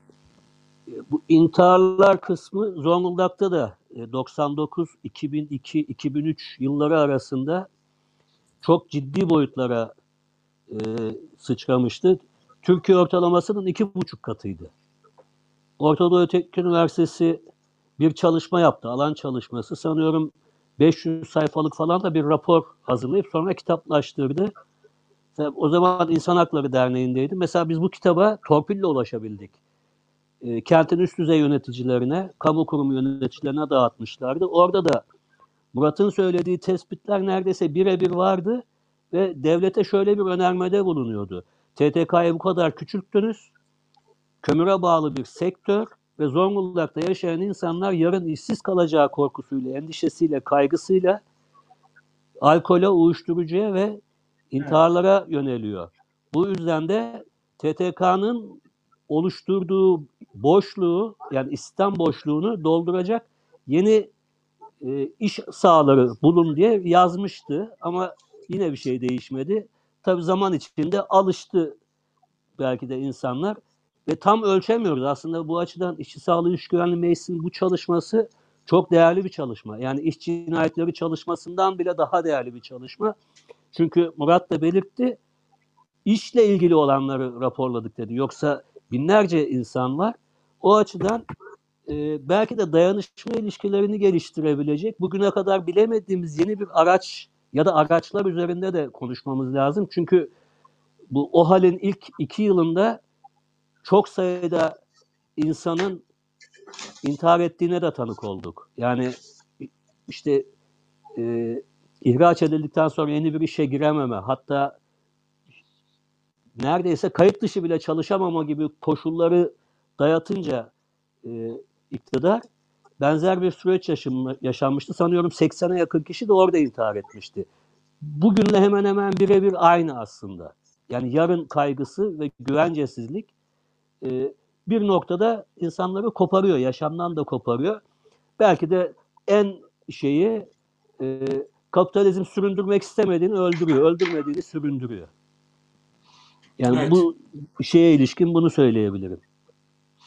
Bu intiharlar kısmı Zonguldak'ta da doksan dokuz iki bin iki iki bin üç yılları arasında çok ciddi boyutlara e, sıçramıştı. Türkiye ortalamasının iki buçuk katıydı. Orta Doğu Teknik Üniversitesi bir çalışma yaptı, alan çalışması. Sanıyorum beş yüz sayfalık falan da bir rapor hazırlayıp sonra kitaplaştırdı. O zaman İnsan Hakları Derneği'ndeydim. Mesela biz bu kitaba torpille ulaşabildik. E, kentin üst düzey yöneticilerine, kamu kurumu yöneticilerine dağıtmışlardı. Orada da Murat'ın söylediği tespitler neredeyse birebir vardı ve devlete şöyle bir önermede bulunuyordu. T T K'ya bu kadar küçülttünüz, kömüre bağlı bir sektör ve Zonguldak'ta yaşayan insanlar yarın işsiz kalacağı korkusuyla, endişesiyle, kaygısıyla alkole, uyuşturucuya ve intiharlara yöneliyor. Bu yüzden de T T K'nın oluşturduğu boşluğu, yani istihdam boşluğunu dolduracak yeni e, iş sahaları bulun diye yazmıştı. Ama yine bir şey değişmedi. Tabii zaman içinde alıştı belki de insanlar ve tam ölçemiyoruz. Aslında bu açıdan İşçi Sağlığı İş Güvenliği Meclisi'nin bu çalışması çok değerli bir çalışma. Yani iş cinayetleri çalışmasından bile daha değerli bir çalışma. Çünkü Murat da belirtti, işle ilgili olanları raporladık dedi. Yoksa binlerce insan var. O açıdan e, belki de dayanışma ilişkilerini geliştirebilecek, bugüne kadar bilemediğimiz yeni bir araç ya da araçlar üzerinde de konuşmamız lazım. Çünkü bu OHAL'in ilk iki yılında çok sayıda insanın intihar ettiğine de tanık olduk. Yani işte e, ihraç edildikten sonra yeni bir işe girememe, hatta neredeyse kayıt dışı bile çalışamama gibi koşulları dayatınca e, iktidar, benzer bir süreç yaşam, yaşanmıştı. Sanıyorum seksene yakın kişi de orada intihar etmişti. Bugünle hemen hemen birebir aynı aslında. Yani yarın kaygısı ve güvencesizlik e, bir noktada insanları koparıyor, yaşamdan da koparıyor. Belki de en şeyi e, kapitalizm süründürmek istemediğini öldürüyor, öldürmediğini süründürüyor. Yani
Evet.
bu şeye ilişkin bunu söyleyebilirim.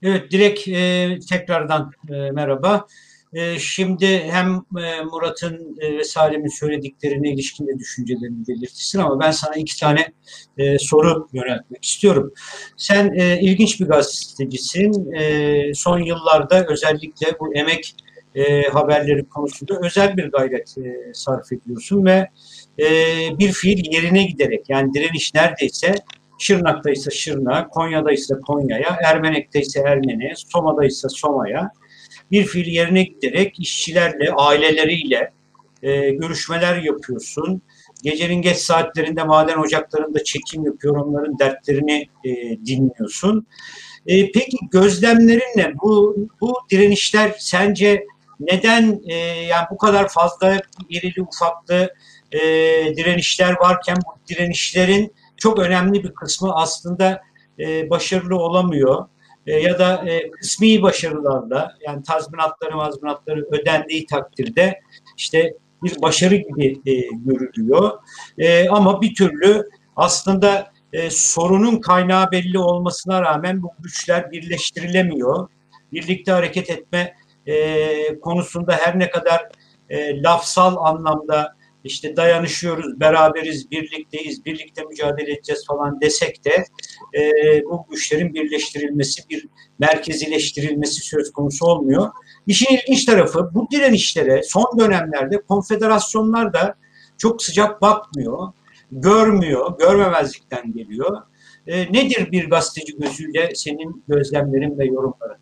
Evet, Dilek e, tekrardan e, merhaba. E, şimdi hem e, Murat'ın e, ve Salim'in söylediklerine ilişkin de düşüncelerini belirtirsin ama ben sana iki tane e, soru yöneltmek istiyorum. Sen e, ilginç bir gazetecisin. E, son yıllarda özellikle bu emek e, haberleri konusunda özel bir gayret e, sarf ediyorsun ve e, bir fiil yerine giderek, yani direniş neredeyse Şırnak'taysa Şırnak'a, Konya'daysa Konya'ya, Ermenek'teyse Ermenek'e, Soma'daysa Soma'ya bir fiil yerine giderek işçilerle, aileleriyle e, görüşmeler yapıyorsun. Gecenin geç saatlerinde maden ocaklarında çekim yapıyor, onların dertlerini e, dinliyorsun. E, peki gözlemlerinle bu bu direnişler sence neden e, yani bu kadar fazla irili ufaklı e, direnişler varken bu direnişlerin çok önemli bir kısmı aslında e, başarılı olamıyor e, ya da e, kısmi başarılarla, yani tazminatları mazminatları ödendiği takdirde işte bir başarı gibi e, görülüyor. E, ama bir türlü aslında e, sorunun kaynağı belli olmasına rağmen bu güçler birleştirilemiyor. Birlikte hareket etme e, konusunda her ne kadar e, lafsal anlamda işte dayanışıyoruz, beraberiz, birlikteyiz, birlikte mücadele edeceğiz falan desek de e, bu güçlerin birleştirilmesi, bir merkezileştirilmesi söz konusu olmuyor. İşin ilginç tarafı, bu direnişlere son dönemlerde konfederasyonlar da çok sıcak bakmıyor, görmüyor, görmemezlikten geliyor. E, nedir bir gazeteci gözüyle senin gözlemlerin ve yorumların?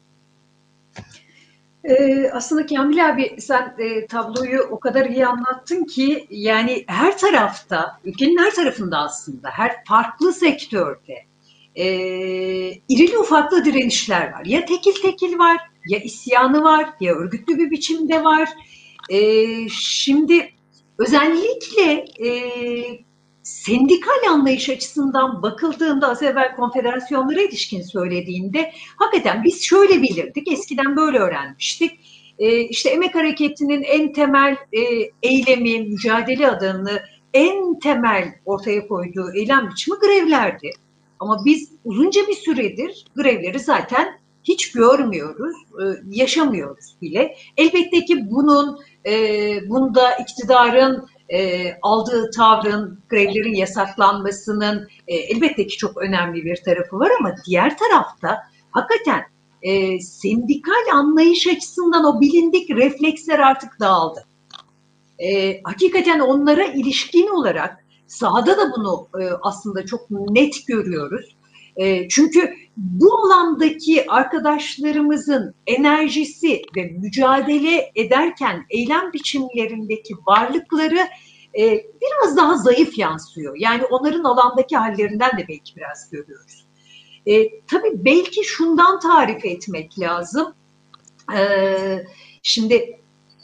Ee, aslında Kamil abi sen e, tabloyu o kadar iyi anlattın ki yani her tarafta, ülkenin her tarafında aslında, her farklı sektörde e, irili ufaklı direnişler var. Ya tekil tekil var, ya isyanı var, ya örgütlü bir biçimde var. E, şimdi özellikle e, sendikal anlayış açısından bakıldığında az evvel konfederasyonlara ilişkin söylediğinde hakikaten biz şöyle bilirdik, eskiden böyle öğrenmiştik. Ee, işte emek hareketinin en temel e, eylemi, mücadele adını en temel ortaya koyduğu eylem biçimi grevlerdi. Ama biz uzunca bir süredir grevleri zaten hiç görmüyoruz, e, yaşamıyoruz bile. Elbette ki bunun, e, bunda iktidarın E, aldığı tavrın, grevlerin yasaklanmasının e, elbette ki çok önemli bir tarafı var ama diğer tarafta hakikaten e, sendikal anlayış açısından o bilindik refleksler artık dağıldı. E, hakikaten onlara ilişkin olarak sahada da bunu e, aslında çok net görüyoruz. E, çünkü bu alandaki arkadaşlarımızın enerjisi ve mücadele ederken eylem biçimlerindeki varlıkları e, biraz daha zayıf yansıyor. Yani onların alandaki hallerinden de belki biraz görüyoruz. E, tabii belki şundan tarif etmek lazım. E, şimdi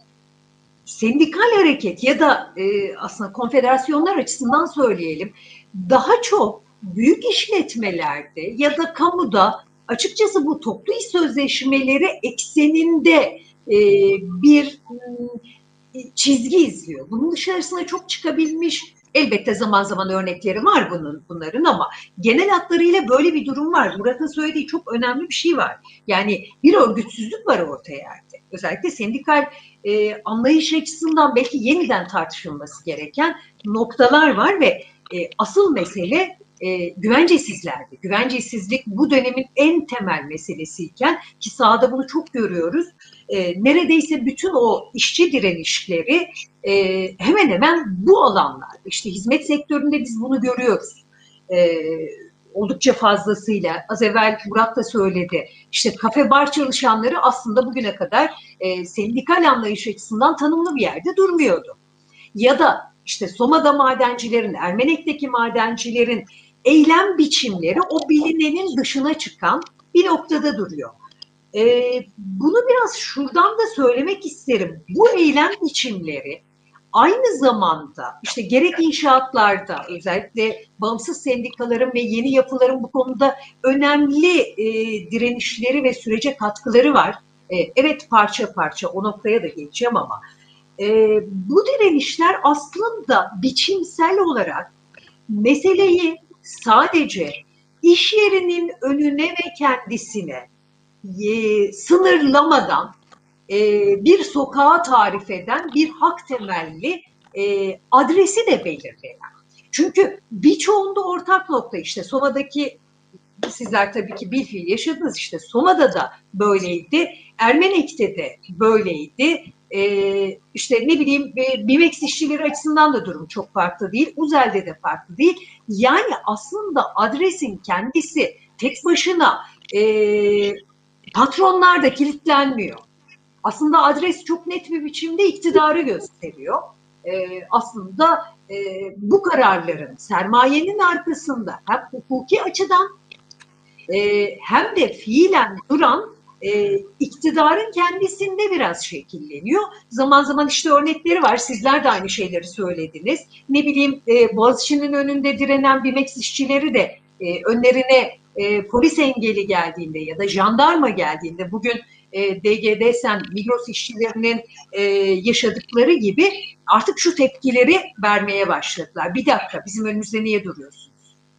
sendikal hareket ya da e, aslında konfederasyonlar açısından söyleyelim, daha çok büyük işletmelerde ya da kamuda açıkçası bu toplu iş sözleşmeleri ekseninde e, bir e, çizgi izliyor. Bunun dışarısına çok çıkabilmiş, elbette zaman zaman örnekleri var bunun, bunların ama genel hatlarıyla böyle bir durum var. Murat'ın söylediği çok önemli bir şey var. Yani bir örgütsüzlük var ortaya yerde. Özellikle sendikal e, anlayış açısından belki yeniden tartışılması gereken noktalar var ve e, asıl mesele e, güvencesizlerdi. Güvencesizlik bu dönemin en temel meselesiyken ki sahada bunu çok görüyoruz. E, neredeyse bütün o işçi direnişleri e, hemen hemen bu alanlarda. İşte hizmet sektöründe biz bunu görüyoruz. E, oldukça fazlasıyla. Az evvel Murat da söyledi. İşte kafe bar çalışanları aslında bugüne kadar e, sendikal anlayış açısından tanımlı bir yerde durmuyordu. Ya da işte Soma'da madencilerin, Ermenek'teki madencilerin eylem biçimleri o bilinenin dışına çıkan bir noktada duruyor. Ee, bunu biraz şuradan da söylemek isterim. Bu eylem biçimleri aynı zamanda işte gerek inşaatlarda özellikle bağımsız sendikaların ve yeni yapıların bu konuda önemli e, direnişleri ve sürece katkıları var. E, evet parça parça o noktaya da geleceğim ama e, bu direnişler aslında biçimsel olarak meseleyi sadece iş yerinin önüne ve kendisine e, sınırlamadan e, bir sokağı tarif eden bir hak temelli e, adresi de belirleyen. Çünkü birçoğunda ortak nokta işte Soma'daki, sizler tabii ki bilfiil yaşadınız, işte Soma'da da böyleydi, Ermenek'te de böyleydi. Ee, işte ne bileyim BİMEX işçileri açısından da durum çok farklı değil, Uzel'de de farklı değil. Yani aslında adresin kendisi tek başına e, patronlarda kilitlenmiyor. Aslında adres çok net bir biçimde iktidarı gösteriyor. Ee, aslında e, bu kararların sermayenin arkasında hem hukuki açıdan e, hem de fiilen duran e, iktidarın kendisinde biraz şekilleniyor. Zaman zaman işte örnekleri var. Sizler de aynı şeyleri söylediniz. Ne bileyim e, Boğaziçi'nin önünde direnen BİMEX işçileri de e, önlerine e, polis engeli geldiğinde ya da jandarma geldiğinde, bugün e, D G D Sen, Migros işçilerinin e, yaşadıkları gibi artık şu tepkileri vermeye başladılar. Bir dakika, bizim önümüzde niye duruyorsunuz?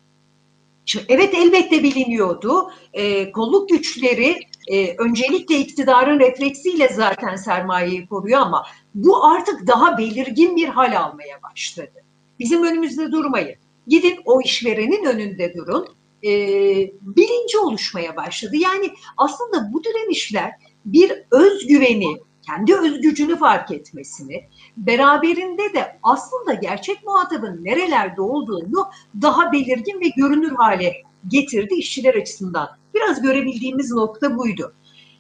Şimdi, evet, elbette biliniyordu. E, kolluk güçleri e, öncelikle iktidarın refleksiyle zaten sermayeyi koruyor ama bu artık daha belirgin bir hal almaya başladı. Bizim önümüzde durmayın. Gidin o işverenin önünde durun. E, bilinci oluşmaya başladı. Yani aslında bu direnişler bir özgüveni, kendi özgücünü fark etmesini, beraberinde de aslında gerçek muhatabın nerelerde olduğunu daha belirgin ve görünür hale getirdi işçiler açısından. Biraz görebildiğimiz nokta buydu.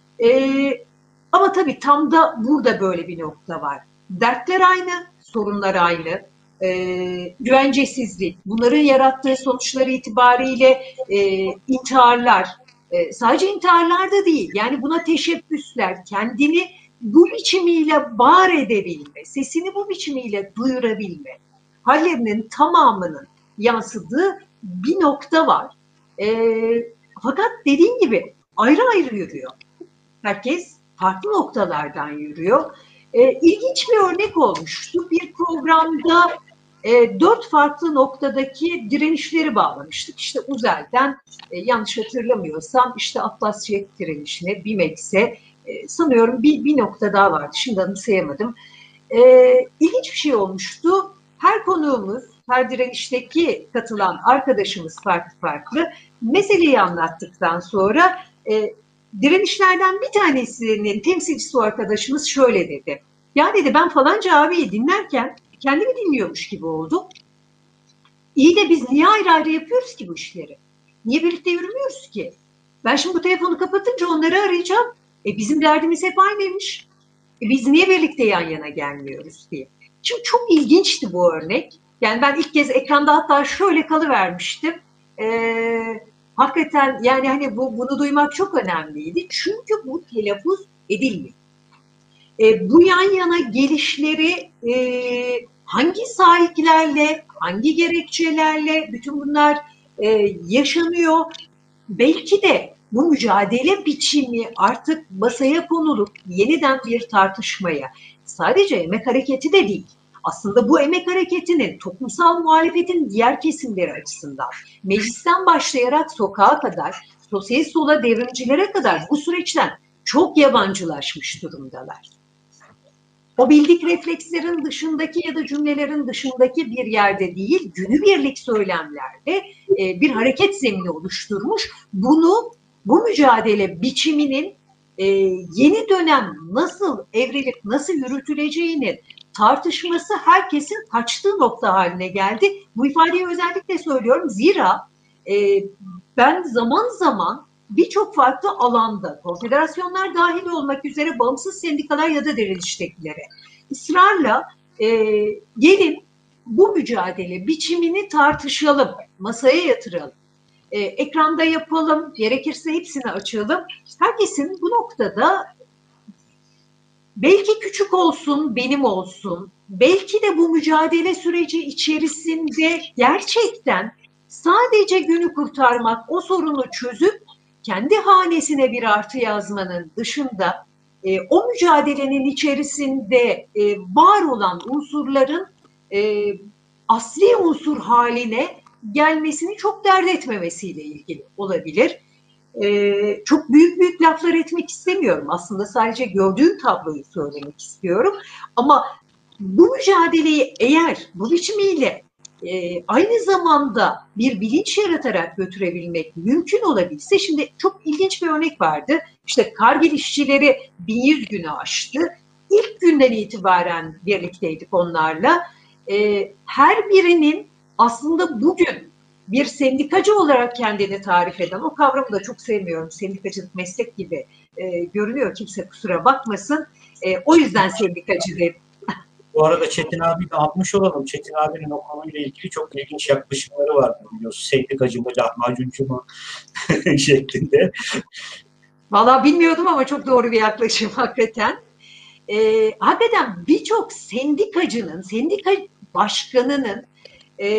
Ee, ama tabii tam da burada böyle bir nokta var. Dertler aynı, sorunlar aynı. Ee, güvencesizlik, bunların yarattığı sonuçları itibariyle e, intiharlar, e, sadece intiharlar da değil, yani buna teşebbüsler, kendini bu biçimiyle var edebilme, sesini bu biçimiyle duyurabilme hallerinin tamamının yansıdığı bir nokta var. E, fakat dediğim gibi ayrı ayrı yürüyor. Herkes farklı noktalardan yürüyor. E, ilginç bir örnek olmuştu. Bir programda e, dört farklı noktadaki direnişleri bağlamıştık. İşte Uzel'den e, yanlış hatırlamıyorsam işte Atlas Jet direnişine, BİMEX'e, e, sanıyorum bir, bir nokta daha vardı. Şimdi anımsayamadım. E, ilginç bir şey olmuştu. Her konuğumuz, her direnişteki katılan arkadaşımız farklı farklı meseleyi anlattıktan sonra e, direnişlerden bir tanesinin temsilcisi o arkadaşımız şöyle dedi. Ya dedi, ben falanca abiyi dinlerken kendimi dinliyormuş gibi oldum. İyi de biz niye ayrı ayrı yapıyoruz ki bu işleri? Niye birlikte yürümüyoruz ki? Ben şimdi bu telefonu kapatınca onları arayacağım. E bizim derdimiz hep aynıymış. E biz niye birlikte yan yana gelmiyoruz diye. Şimdi çok ilginçti bu örnek. Yani ben ilk kez ekranda hatta şöyle kalıvermiştim. Eee Hakikaten yani hani bu, bunu duymak çok önemliydi. Çünkü bu telaffuz edilmiyor. E, bu yan yana gelişleri e, hangi sahiplerle, hangi gerekçelerle bütün bunlar e, yaşanıyor. Belki de bu mücadele biçimi artık masaya konulup yeniden bir tartışmaya, sadece emek hareketi de değil, aslında bu emek hareketinin toplumsal muhalefetin diğer kesimleri açısından meclisten başlayarak sokağa kadar, sosyalist sola devrimcilere kadar bu süreçten çok yabancılaşmış durumdalar. O bildik reflekslerin dışındaki ya da cümlelerin dışındaki bir yerde değil, günübirlik söylemlerle e, bir hareket zemini oluşturmuş. Bunu, bu mücadele biçiminin e, yeni dönem nasıl evrilip nasıl yürütüleceğinin tartışması herkesin kaçtığı nokta haline geldi. Bu ifadeyi özellikle söylüyorum. Zira e, ben zaman zaman birçok farklı alanda, konfederasyonlar dahil olmak üzere bağımsız sendikalar ya da direniştekilere ısrarla e, gelin bu mücadele biçimini tartışalım, masaya yatıralım, e, ekranda yapalım, gerekirse hepsini açalım. Herkesin bu noktada belki küçük olsun, benim olsun, belki de bu mücadele süreci içerisinde gerçekten sadece günü kurtarmak, o sorunu çözüp kendi hanesine bir artı yazmanın dışında e, o mücadelenin içerisinde e, var olan unsurların e, asli unsur haline gelmesini çok dert etmemesiyle ilgili olabilir. e, çok büyük büyük laflar etmek istemiyorum. Aslında sadece gördüğüm tabloyu söylemek istiyorum. Ama bu mücadeleyi eğer bu biçimiyle e, aynı zamanda bir bilinç yaratarak götürebilmek mümkün olabilse, şimdi çok ilginç bir örnek vardı. İşte Kargil işçileri bin yüz günü aştı. İlk günden itibaren birlikteydik onlarla. E, her birinin aslında bugün bir sendikacı olarak kendini tarif eden, o kavramı da çok sevmiyorum, sendikacılık meslek gibi e, görünüyor, kimse kusura bakmasın. E, o yüzden sendikacı dedim.
Bu arada Çetin abi de almış olalım. Çetin abinin o konuyla ilgili çok ilginç yaklaşımları var, biliyorsun. Sendikacı mı, lahmacuncu mu şeklinde.
Vallahi bilmiyordum ama çok doğru bir yaklaşım hakikaten. Ee, hakikaten birçok sendikacının, sendika başkanının e,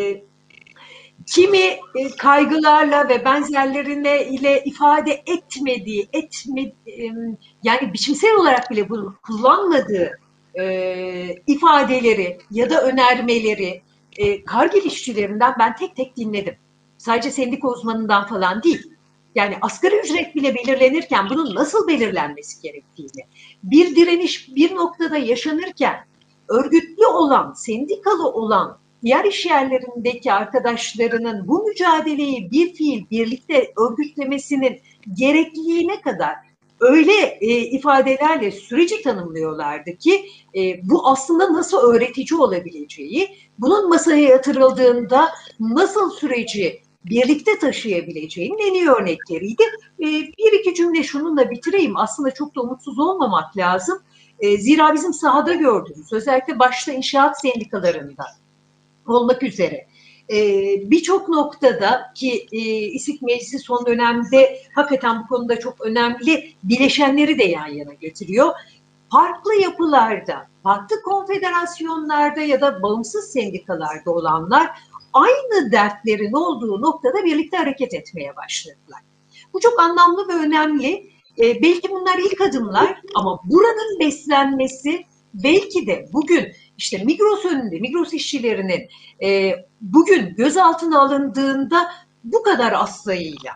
kimi e, kaygılarla ve benzerlerine ile ifade etmediği, etme, e, yani biçimsel olarak bile bunu kullanmadığı e, ifadeleri ya da önermeleri e, Kargil işçilerinden ben tek tek dinledim. Sadece sendika uzmanından falan değil. Yani asgari ücret bile belirlenirken bunun nasıl belirlenmesi gerektiğini, bir direniş bir noktada yaşanırken örgütlü olan, sendikalı olan diğer iş yerlerindeki arkadaşlarının bu mücadeleyi bir fiil birlikte örgütlemesinin gerekliliğine kadar öyle e, ifadelerle süreci tanımlıyorlardı ki e, bu aslında nasıl öğretici olabileceği, bunun masaya yatırıldığında nasıl süreci birlikte taşıyabileceğinin en iyi örnekleriydi. E, bir iki cümle şununla bitireyim. Aslında çok da umutsuz olmamak lazım. E, zira bizim sahada gördüğümüz, özellikle başta inşaat sendikalarında olmak üzere e, birçok noktada ki e, İSİK Meclisi son dönemde hakikaten bu konuda çok önemli bileşenleri de yan yana getiriyor. Farklı yapılarda, farklı konfederasyonlarda ya da bağımsız sendikalarda olanlar aynı dertlerin olduğu noktada birlikte hareket etmeye başladılar. Bu çok anlamlı ve önemli. E, belki bunlar ilk adımlar ama buranın beslenmesi belki de bugün işte Migros önünde, Migros işçilerinin e, bugün gözaltına alındığında bu kadar az sayıyla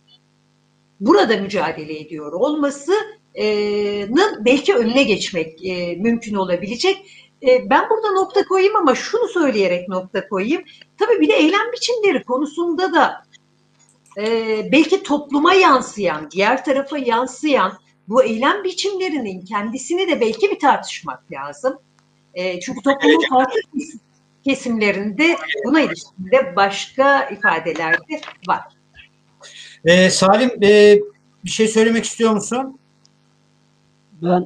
burada mücadele ediyor olmasının belki önüne geçmek e, mümkün olabilecek. E, ben burada nokta koyayım ama şunu söyleyerek nokta koyayım. Tabii bir de eylem biçimleri konusunda da e, belki topluma yansıyan, diğer tarafa yansıyan bu eylem biçimlerinin kendisini de belki bir tartışmak lazım. E, çünkü toplumun farklı kesimlerinde buna ilişkin de başka ifadeler de var.
Ee, Salim, e, bir şey söylemek istiyor musun?
Ben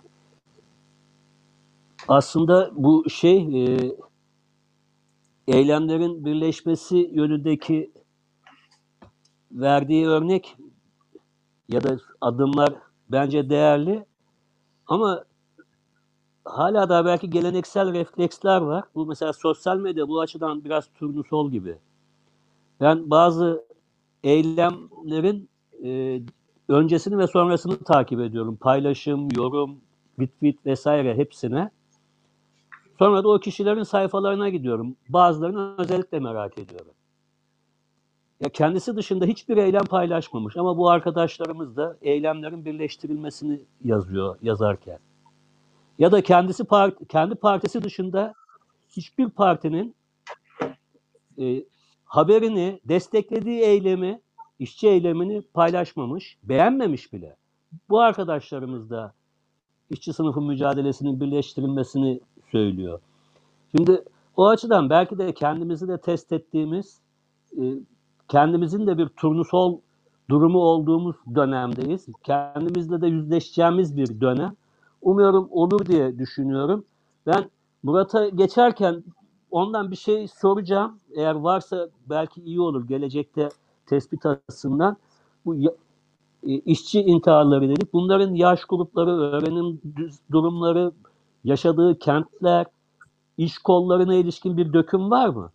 aslında bu şey e, eylemlerin birleşmesi yönündeki verdiği örnek ya da adımlar bence değerli ama hala da belki geleneksel refleksler var. Bu mesela sosyal medya bu açıdan biraz turnusol gibi. Ben bazı eylemlerin e, öncesini ve sonrasını takip ediyorum. Paylaşım, yorum, retweet vesaire hepsine. Sonra da o kişilerin sayfalarına gidiyorum. Bazılarını özellikle merak ediyorum. Ya kendisi dışında hiçbir eylem paylaşmamış ama bu arkadaşlarımız da eylemlerin birleştirilmesini yazıyor yazarken. Ya da kendisi part, kendi partisi dışında hiçbir partinin e, haberini, desteklediği eylemi, işçi eylemini paylaşmamış, beğenmemiş bile. Bu arkadaşlarımız da işçi sınıfı mücadelesinin birleştirilmesini söylüyor. Şimdi o açıdan belki de kendimizi de test ettiğimiz, e, kendimizin de bir turnusol durumu olduğumuz dönemdeyiz. Kendimizle de yüzleşeceğimiz bir dönem. Umuyorum olur diye düşünüyorum. Ben Murat'a geçerken ondan bir şey soracağım. Eğer varsa belki iyi olur gelecekte tespit açısından. Bu e, işçi intiharları dedik. Bunların yaş grupları, öğrenim durumları, yaşadığı kentler, iş kollarına ilişkin bir döküm var mı?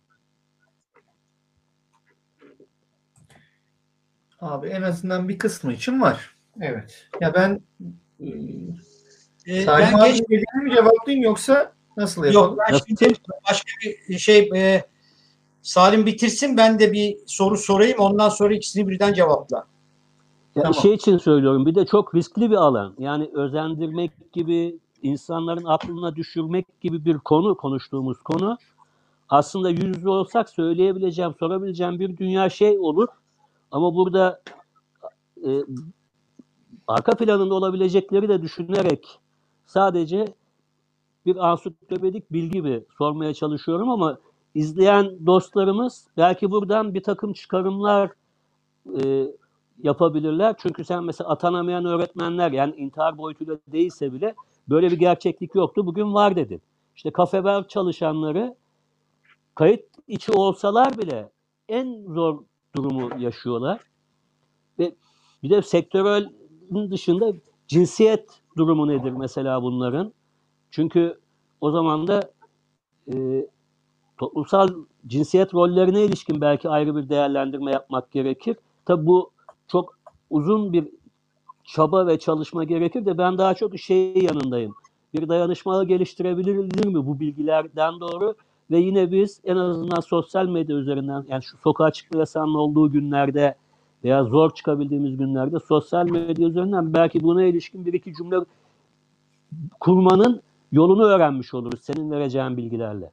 Abi en azından bir kısmı için var. Evet. Ya ben
Ee,
Salim
ben
abi
geç...
dediğini mi cevaplayayım yoksa nasıl yapalım?
Yok, ben şimdi başka bir şey e, Salim bitirsin, ben de bir soru sorayım, ondan sonra ikisini birden cevapla.
Ya
Tamam.
şey için söylüyorum, bir de çok riskli bir alan. Yani özendirmek gibi, insanların aklına düşürmek gibi bir konu, konuştuğumuz konu. Aslında yüz yüze olsak söyleyebileceğim, sorabileceğim bir dünya şey olur. Ama burada e, arka planında olabilecekleri de düşünerek sadece bir ansiklopedik bilgi mi sormaya çalışıyorum, ama izleyen dostlarımız belki buradan bir takım çıkarımlar e, yapabilirler. Çünkü sen mesela atanamayan öğretmenler, yani intihar boyutuyla değilse bile böyle bir gerçeklik yoktu, bugün var dedin. İşte kafeber çalışanları kayıt içi olsalar bile en zor durumu yaşıyorlar. Ve bir de sektörün dışında cinsiyet durumu nedir mesela bunların? Çünkü o zaman da e, toplumsal cinsiyet rollerine ilişkin belki ayrı bir değerlendirme yapmak gerekir. Tabii bu çok uzun bir çaba ve çalışma gerekir de ben daha çok şey yanındayım. Bir dayanışma geliştirebilir mi bu bilgilerden doğru? Ve yine biz en azından sosyal medya üzerinden, yani şu sokağa çıkma yasağının olduğu günlerde veya zor çıkabildiğimiz günlerde sosyal medya üzerinden belki buna ilişkin bir iki cümle kurmanın yolunu öğrenmiş oluruz senin vereceğin bilgilerle.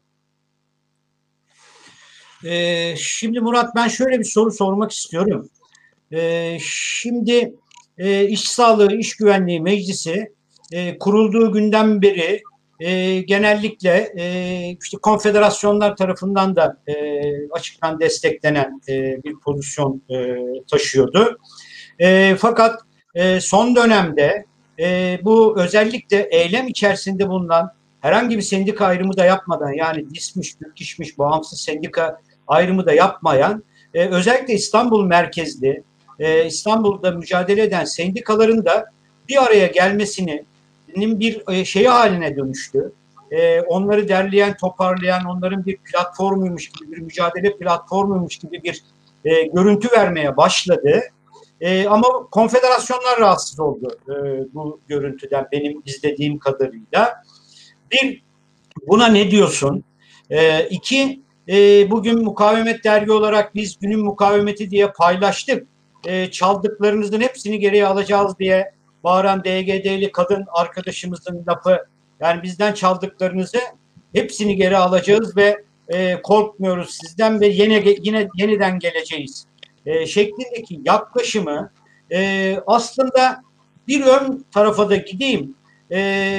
Ee, şimdi Murat, ben şöyle bir soru sormak istiyorum. Ee, şimdi e, İş Sağlığı, İş Güvenliği Meclisi e, kurulduğu günden beri e, genellikle e, işte konfederasyonlar tarafından da e, açıktan desteklenen e, bir pozisyon e, taşıyordu. E, fakat e, son dönemde e, bu özellikle eylem içerisinde bulunan herhangi bir sendika ayrımı da yapmadan, yani DİSK'miş, TÜRKİŞ'miş, bağımsız sendika ayrımı da yapmayan, e, özellikle İstanbul merkezli, e, İstanbul'da mücadele eden sendikaların da bir araya gelmesinin bir e, şeyi haline dönüştü. E, onları derleyen, toparlayan, onların bir platformuymuş gibi, bir mücadele platformuymuş gibi bir e, görüntü vermeye başladı. E, ama konfederasyonlar rahatsız oldu e, bu görüntüden benim izlediğim kadarıyla. Bir, buna ne diyorsun? E, iki, e, bugün Mukavemet Dergi olarak biz günün mukavemeti diye paylaştık. E, çaldıklarınızın hepsini geriye alacağız diye bağıran D G D'li kadın arkadaşımızın lafı, yani bizden çaldıklarınızı hepsini geri alacağız ve e, korkmuyoruz sizden ve yine yine yeniden geleceğiz e, şeklindeki yaklaşımı e, aslında bir ön tarafa da gideyim. E,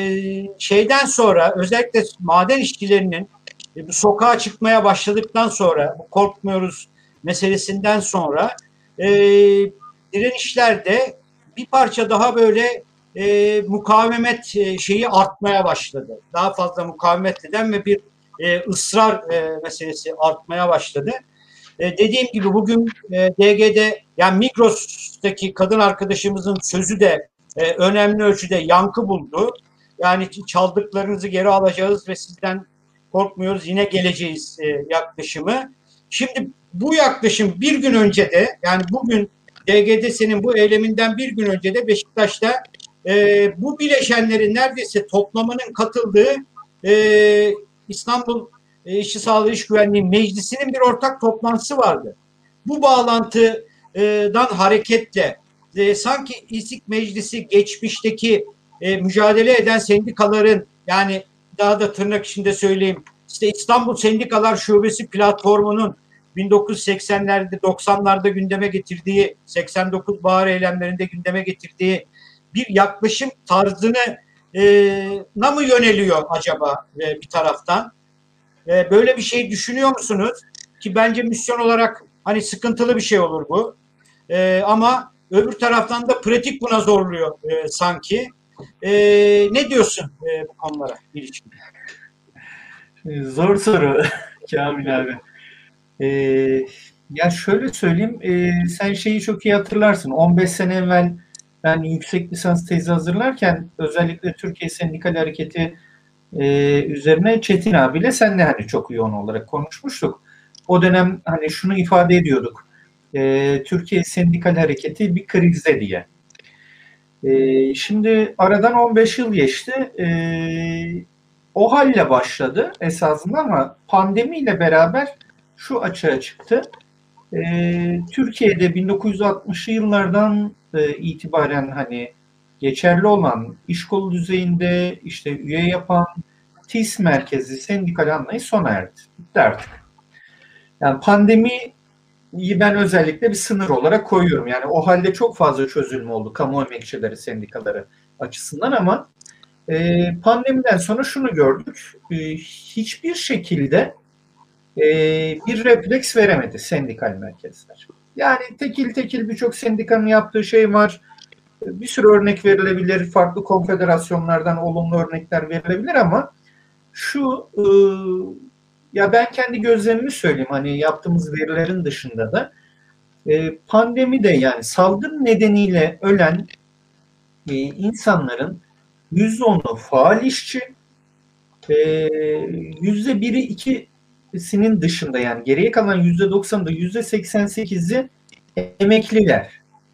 şeyden sonra özellikle maden işçilerinin e, bu sokağa çıkmaya başladıktan sonra, bu korkmuyoruz meselesinden sonra e, direnişlerde bir parça daha böyle e, mukavemet e, şeyi artmaya başladı. Daha fazla mukavemet eden ve bir e, ısrar e, meselesi artmaya başladı. E, dediğim gibi bugün e, D G'de, yani Migros'taki kadın arkadaşımızın sözü de e, önemli ölçüde yankı buldu. Yani çaldıklarınızı geri alacağız ve sizden korkmuyoruz, yine geleceğiz e, yaklaşımı. Şimdi bu yaklaşım bir gün önce de, yani bugün D G D S'nin bu eyleminden bir gün önce de Beşiktaş'ta e, bu bileşenlerin neredeyse toplamının katıldığı e, İstanbul e, İşçi Sağlığı İş Güvenliği Meclisi'nin bir ortak toplantısı vardı. Bu bağlantıdan hareketle e, sanki İSİK Meclisi geçmişteki e, mücadele eden sendikaların, yani daha da tırnak içinde söyleyeyim, işte İstanbul Sendikalar Şubesi platformunun bin dokuz yüz seksenlerde doksanlarda gündeme getirdiği, seksen dokuz bahar eylemlerinde gündeme getirdiği bir yaklaşım tarzını e, na mı yöneliyor acaba e, bir taraftan? E, böyle bir şey düşünüyor musunuz? Ki bence misyon olarak hani sıkıntılı bir şey olur bu. E, ama öbür taraftan da pratik buna zorluyor e, sanki. E, ne diyorsun e, bu konulara ilişkin?
Zor soru Kamil abi. Ee, ya şöyle söyleyeyim, e, sen şeyi çok iyi hatırlarsın. on beş sene evvel ben yüksek lisans tezi hazırlarken özellikle Türkiye Sendikal Hareketi e, üzerine Çetin abiyle senle hani çok yoğun olarak konuşmuştuk. O dönem hani şunu ifade ediyorduk. E, Türkiye Sendikal Hareketi bir krizde diye. E, şimdi aradan on beş yıl geçti. E, o halle başladı esasında ama pandemiyle beraber şu açığa çıktı. e, Türkiye'de bin dokuz yüz altmışlı yıllardan e, itibaren hani geçerli olan iş kolu düzeyinde işte üye yapan T İ S merkezi sendikal anlayış sona erdi. Bitti artık. Yani pandemiyi ben özellikle bir sınır olarak koyuyorum. Yani o halde çok fazla çözülme oldu kamu emekçileri sendikaları açısından ama e, pandemiden sonra şunu gördük. E, hiçbir şekilde e, bir refleks veremedi sendikal merkezler. Yani tekil tekil birçok sendikanın yaptığı şey var. Bir sürü örnek verilebilir. Farklı konfederasyonlardan olumlu örnekler verilebilir ama şu e, ya ben kendi gözlemimi söyleyeyim. Hani yaptığımız verilerin dışında da e, pandemide yani salgın nedeniyle ölen e, insanların yüzde onu faal işçi, e, yüzde biri ikisinin dışında yani geriye kalan yüzde doksanında yüzde seksen sekizi emekliler.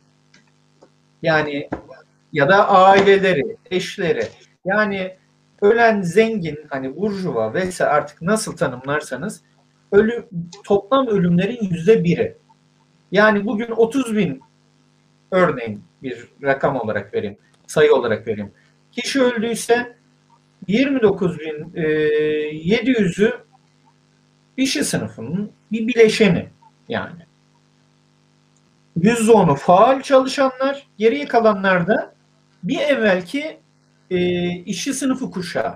Yani ya da aileleri, eşleri. Yani ölen zengin, hani burjuva vesaire artık nasıl tanımlarsanız ölüm, toplam ölümlerin yüzde biri. Yani bugün otuz bin örneğin bir rakam olarak vereyim, sayı olarak vereyim. Kişi öldüyse yirmi dokuz bin yedi yüzü işçi sınıfının bir bileşeni yani. yüzde onu faal çalışanlar, geriye kalanlar da bir evvelki e, işçi sınıfı kuşağı.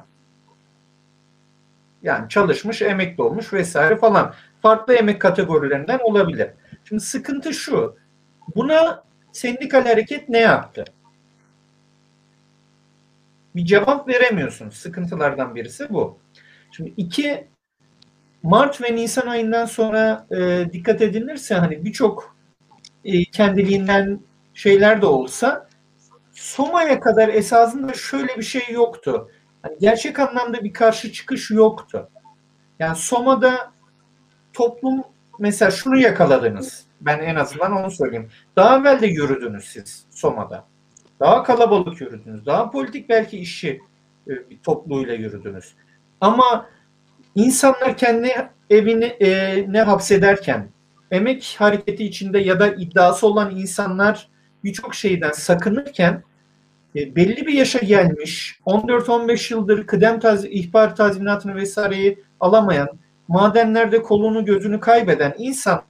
Yani çalışmış, emekli olmuş vesaire falan. Farklı emek kategorilerinden olabilir. Şimdi sıkıntı şu. Buna sendikal hareket ne yaptı? Bir cevap veremiyorsunuz. Sıkıntılardan birisi bu. Şimdi iki Mart ve Nisan ayından sonra e, dikkat edilirse hani birçok e, kendiliğinden şeyler de olsa Soma'ya kadar esasında şöyle bir şey yoktu. Yani gerçek anlamda bir karşı çıkış yoktu. Yani Soma'da toplum mesela şunu yakaladınız. Ben en azından onu söyleyeyim. Daha evvel de yürüdünüz siz Soma'da. Daha kalabalık yürüdünüz. Daha politik belki işçi e, bir topluluğuyla yürüdünüz. Ama insanlar kendi evini e, ne hapsederken emek hareketi içinde ya da iddiası olan insanlar birçok şeyden sakınırken e, belli bir yaşa gelmiş on dört on beş yıldır kıdem taz ihbar tazminatını vesaireyi alamayan, madenlerde kolunu gözünü kaybeden insanlar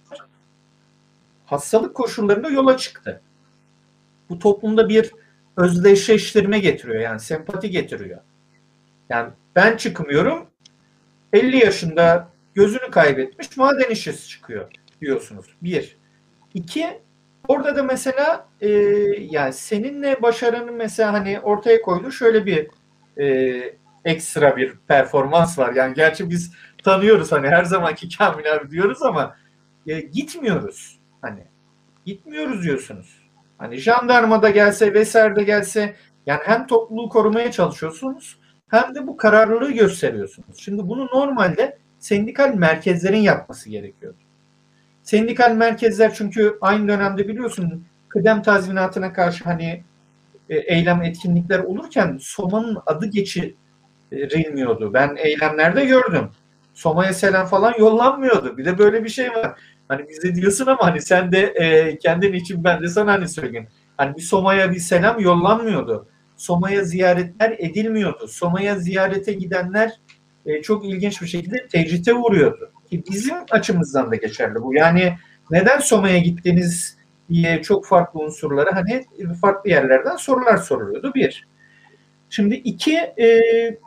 hastalık koşullarında yola çıktı. Bu toplumda bir özdeşleştirme getiriyor, yani sempati getiriyor. Yani ben çıkmıyorum, elli yaşında gözünü kaybetmiş maden işçisi çıkıyor diyorsunuz. Bir. İki, orada da mesela e, yani seninle başaranın mesela hani ortaya koyduğu şöyle bir e, ekstra bir performans var. Yani gerçi biz tanıyoruz hani her zamanki Kamil abi diyoruz ama e, gitmiyoruz. Hani gitmiyoruz diyorsunuz. Hani jandarma da gelse vesaire de gelse yani hem topluluğu korumaya çalışıyorsunuz hem de bu kararlılığı gösteriyorsunuz. Şimdi bunu normalde sendikal merkezlerin yapması gerekiyor. Sendikal merkezler çünkü aynı dönemde biliyorsun kıdem tazminatına karşı hani e, eylem etkinlikler olurken Soma'nın adı geçirilmiyordu. Ben eylemlerde gördüm. Soma'ya selam falan yollanmıyordu. Bir de böyle bir şey var. Hani bize diyorsun ama hani sen de e, kendin için ben de sana hani söyleyeyim. Hani bir Soma'ya bir selam yollanmıyordu. Soma'ya ziyaretler edilmiyordu. Soma'ya ziyarete gidenler e, çok ilginç bir şekilde tecrite uğruyordu. Ki bizim açımızdan da geçerli bu. Yani neden Soma'ya gittiniz diye çok farklı unsurlara hani farklı yerlerden sorular soruluyordu. Bir. Şimdi iki, e,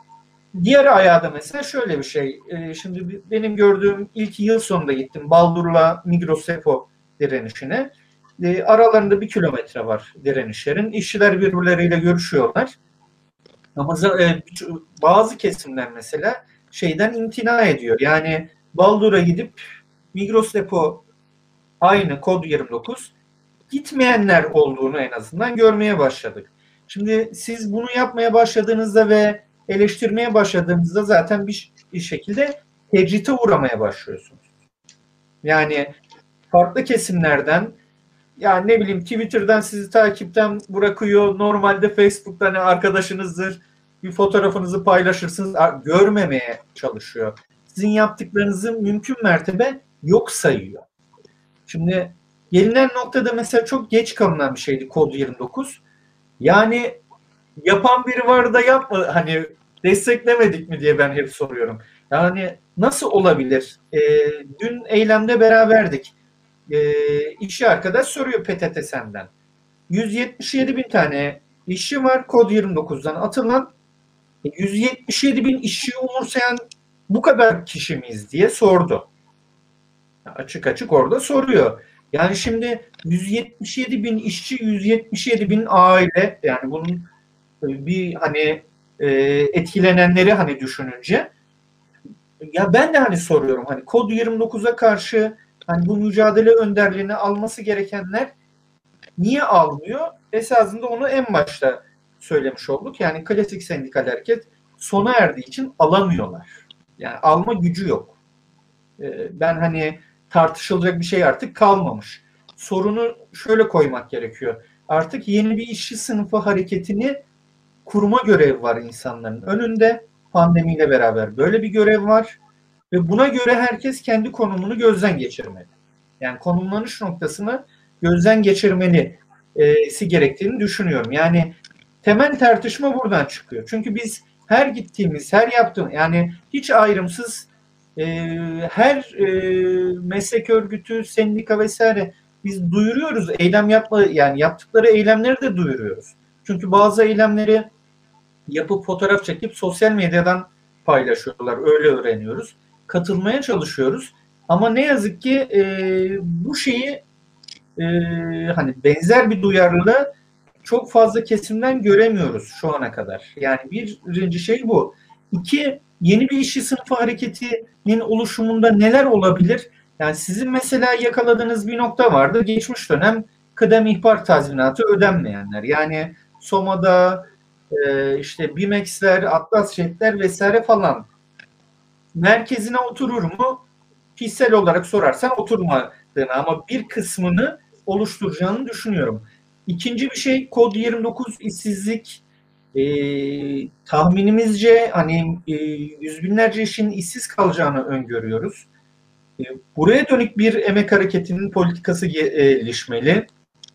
diğer ayağı da mesela şöyle bir şey. E, şimdi benim gördüğüm ilk yıl sonunda gittim. Baldur'la Migros Depo direnişine. E, aralarında bir kilometre var direnişlerin. İşçiler birbirleriyle görüşüyorlar. Ama e, bazı kesimler mesela şeyden imtina ediyor. Yani Baldur'a gidip Migros Depo aynı kod yirmi dokuz gitmeyenler olduğunu en azından görmeye başladık. Şimdi siz bunu yapmaya başladığınızda ve eleştirmeye başladığınızda zaten bir, bir şekilde tecrite uğramaya başlıyorsunuz. Yani farklı kesimlerden yani ne bileyim Twitter'dan sizi takipten bırakıyor. Normalde Facebook'ta hani arkadaşınızdır. Bir fotoğrafınızı paylaşırsınız. Görmemeye çalışıyor. Sizin yaptıklarınızı mümkün mertebe yok sayıyor. Şimdi gelinen noktada mesela çok geç kalınan bir şeydi Kod yirmi dokuz. Yani yapan biri var da yapma, hani desteklemedik mi diye ben hep soruyorum. Yani nasıl olabilir? E, dün eylemde beraberdik. E, işçi arkadaş soruyor P T T S'den. yüz yetmiş yedi bin tane işçi var Kod yirmi dokuzdan atılan. yüz yetmiş yedi bin işçiyi umursayan bu kadar kişi miyiz diye sordu. Açık açık orada soruyor. Yani şimdi yüz yetmiş yedi bin işçi, yüz yetmiş yedi bin aile, yani bunun bir hani e, etkilenenleri hani düşününce, ya ben de hani soruyorum, hani Kod yirmi dokuza karşı hani bu mücadele önderliğini alması gerekenler niye almıyor? Esasında onu en başta söylemiş olduk. Yani klasik sendikal hareket sona erdiği için alamıyorlar. Yani alma gücü yok. E, ben hani tartışılacak bir şey artık kalmamış. Sorunu şöyle koymak gerekiyor. Artık yeni bir işçi sınıfı hareketini kurma görevi var insanların önünde. Pandemiyle beraber böyle bir görev var. Ve buna göre herkes kendi konumunu gözden geçirmeli. Yani konumlanış noktasını gözden geçirmelisi gerektiğini düşünüyorum. Yani temel tartışma buradan çıkıyor. Çünkü biz her gittiğimiz, her yaptığımız, yani hiç ayrımsız e, her e, meslek örgütü, sendika vesaire biz duyuruyoruz. Eylem yapma, yani yaptıkları eylemleri de duyuruyoruz. Çünkü bazı eylemleri yapıp fotoğraf çekip sosyal medyadan paylaşıyorlar. Öyle öğreniyoruz. Katılmaya çalışıyoruz. Ama ne yazık ki e, bu şeyi e, hani benzer bir duyarlılığı çok fazla kesimden göremiyoruz şu ana kadar. Yani birinci şey bu. İki, yeni bir işçi sınıfı hareketinin oluşumunda neler olabilir? Yani sizin mesela yakaladığınız bir nokta vardı. Geçmiş dönem kıdem ihbar tazminatı ödenmeyenler. Yani SOMA'da e, işte BİMEX'ler, Atlas Jet'ler vesaire falan merkezine oturur mu? Kişisel olarak sorarsan oturmadığını, ama bir kısmını oluşturacağını düşünüyorum. İkinci bir şey, Kod yirmi dokuz işsizlik e, tahminimizce hani e, yüz binlerce işin işsiz kalacağını öngörüyoruz. E, buraya dönük bir emek hareketinin politikası gelişmeli.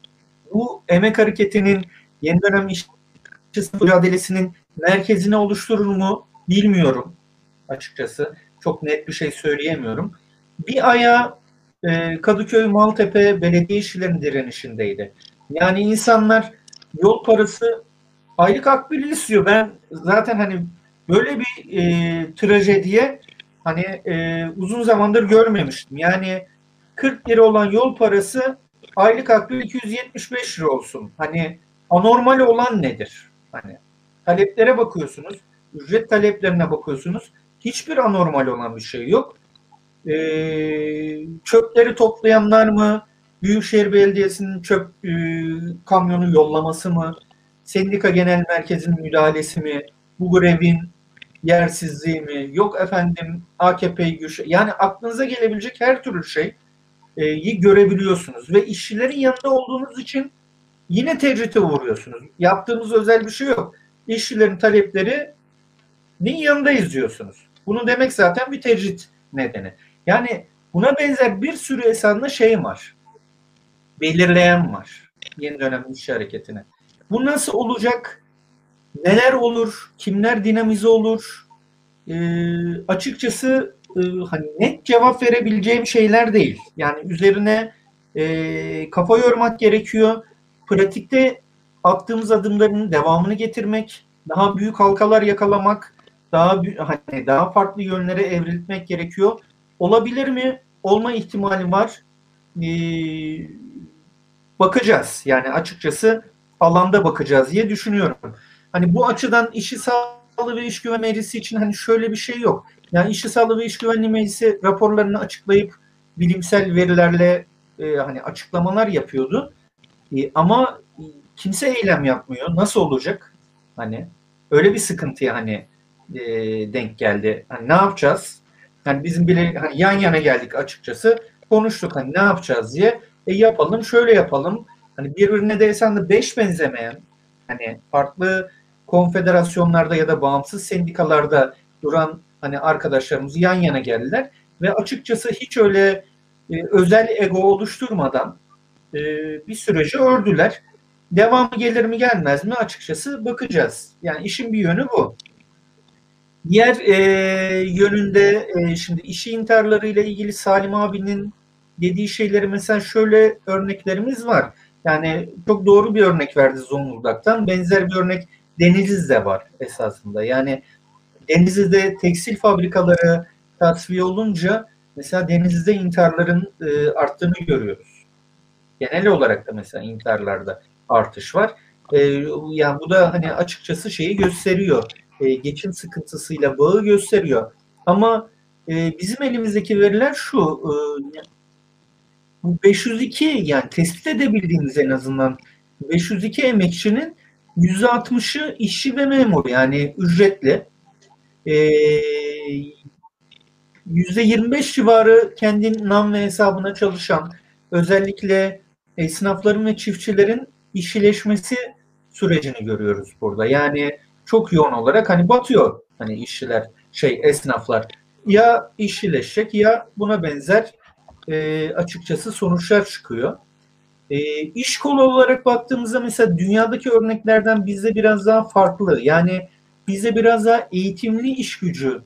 Bu emek hareketinin yeni dönem işçi mücadelesinin merkezine oluşturur mu bilmiyorum açıkçası. Çok net bir şey söyleyemiyorum. Bir ayağı e, Kadıköy, Maltepe belediye işçilerinin direnişindeydi. Yani insanlar yol parası, aylık akbil istiyor. Ben zaten hani böyle bir e, trajediye hani e, uzun zamandır görmemiştim. Yani kırk lira olan yol parası aylık akbil iki yüz yetmiş beş lira olsun. Hani anormal olan nedir? Hani taleplere bakıyorsunuz, ücret taleplerine bakıyorsunuz. Hiçbir anormal olan bir şey yok. Ee, çöpleri toplayanlar mı? Büyükşehir Belediyesi'nin çöp e, kamyonu yollaması mı? Sendika Genel Merkezi'nin müdahalesi mi? Bu grevin yersizliği mi? Yok efendim A K P'yi güç... Yani aklınıza gelebilecek her türlü şeyi e, görebiliyorsunuz. Ve işçilerin yanında olduğunuz için yine tecrite uğruyorsunuz. Yaptığımız özel bir şey yok. İşçilerin talepleri nin yanında izliyorsunuz. Bunu demek zaten bir tecrit nedeni. Yani buna benzer bir sürü esasında şey var. Belirleyen var. Yeni dönem işçi hareketine. Bu nasıl olacak? Neler olur? Kimler dinamize olur? Ee, açıkçası e, hani net cevap verebileceğim şeyler değil. Yani üzerine e, kafa yormak gerekiyor. Pratikte attığımız adımların devamını getirmek, daha büyük halkalar yakalamak, daha hani daha farklı yönlere evrilmek gerekiyor. Olabilir mi? Olma ihtimali var. Ee, bakacağız. Yani açıkçası alanda bakacağız diye düşünüyorum. Hani bu açıdan işçi sağlığı ve iş güvenliği meclisi için hani şöyle bir şey yok. Yani işçi sağlığı ve iş güvenliği meclisi raporlarını açıklayıp bilimsel verilerle e, hani açıklamalar yapıyordu. E, ama kimse eylem yapmıyor. Nasıl olacak? Hani öyle bir sıkıntıya hani e, denk geldi. Hani ne yapacağız? Yani bizim bile hani yan yana geldik açıkçası. Konuştuk hani ne yapacağız diye. E yapalım, şöyle yapalım. Hani birbirine de esasında beş benzemeyen, hani farklı konfederasyonlarda ya da bağımsız sendikalarda duran hani arkadaşlarımız yan yana geldiler ve açıkçası hiç öyle e, özel ego oluşturmadan e, bir süreci ördüler. Devamı gelir mi gelmez mi açıkçası bakacağız. Yani işin bir yönü bu. Diğer e, yönünde e, şimdi işi intiharlarıyla ilgili Salim abinin dediği şeyleri mesela şöyle örneklerimiz var. Yani çok doğru bir örnek verdi Zonguldak'tan. Benzer bir örnek Denizli'de var esasında. Yani Denizli'de tekstil fabrikaları tasfiye olunca mesela Denizli'de intiharların e, arttığını görüyoruz. Genel olarak da mesela intiharlarda artış var. E, yani bu da hani açıkçası şeyi gösteriyor. E, geçim sıkıntısıyla bağı gösteriyor. Ama e, bizim elimizdeki veriler şu. E, bu beş yüz iki yani tespit edebildiğimiz en azından beş yüz iki emekçinin yüzde altmışı işçi ve memur yani ücretli. E, yüzde yirmi beş civarı kendi nam ve hesabına çalışan özellikle esnafların ve çiftçilerin işçileşmesi sürecini görüyoruz burada. Yani çok yoğun olarak hani batıyor hani işçiler şey esnaflar ya işçileşecek ya buna benzer e, açıkçası sonuçlar çıkıyor. E, iş kolu olarak baktığımızda mesela dünyadaki örneklerden bizde biraz daha farklı. Yani bizde biraz daha eğitimli iş gücü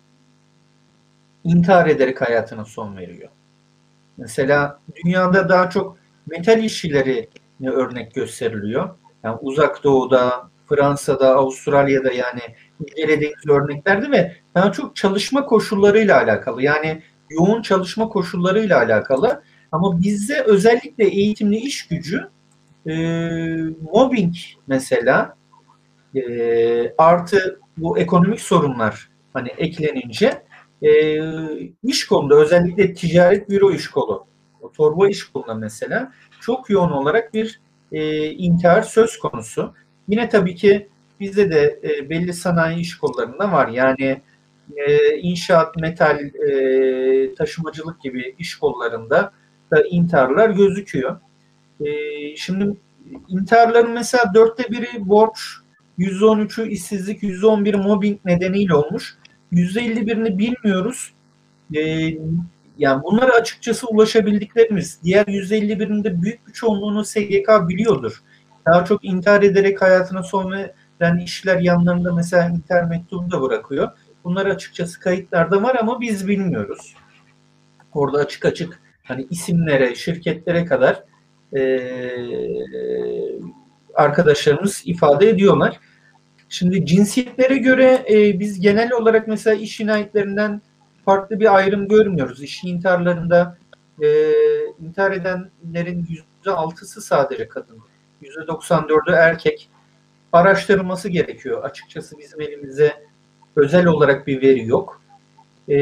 intihar ederek hayatına son veriyor. Mesela dünyada daha çok metal işçileri örnek gösteriliyor. Yani Uzak Doğu'da, Fransa'da, Avustralya'da yani incelediğimiz örneklerde ve daha çok çalışma koşullarıyla alakalı. Yani yoğun çalışma koşullarıyla alakalı. Ama bizde özellikle eğitimli iş gücü e, mobbing mesela e, artı bu ekonomik sorunlar hani eklenince e, iş kolunda özellikle ticaret büro iş kolu, o torba iş kolunda mesela çok yoğun olarak bir e, intihar söz konusu. Yine tabii ki bizde de e, belli sanayi iş kollarında var. Yani e, inşaat, metal, e, taşımacılık gibi iş kollarında da intiharlar gözüküyor. E, şimdi intiharların mesela dörtte biri borç, yüzde on üçü işsizlik, yüzde on biri mobbing nedeniyle olmuş. yüzde elli birini bilmiyoruz. E, yani bunlara açıkçası ulaşabildiklerimiz. Diğer yüzde elli birinde büyük bir çoğunluğunu S G K biliyordur. Daha çok intihar ederek hayatına son veren işler yanlarında mesela intihar mektubu da bırakıyor. Bunlar açıkçası kayıtlarda var ama biz bilmiyoruz. Orada açık açık hani isimlere, şirketlere kadar e, arkadaşlarımız ifade ediyorlar. Şimdi cinsiyetlere göre e, biz genel olarak mesela iş cinayetlerinden farklı bir ayrım görmüyoruz. İş intiharlarında e, intihar edenlerin yüzde altısı sadece kadın. yüzde doksan dördü erkek. Araştırılması gerekiyor. Açıkçası bizim elimizde özel olarak bir veri yok. E,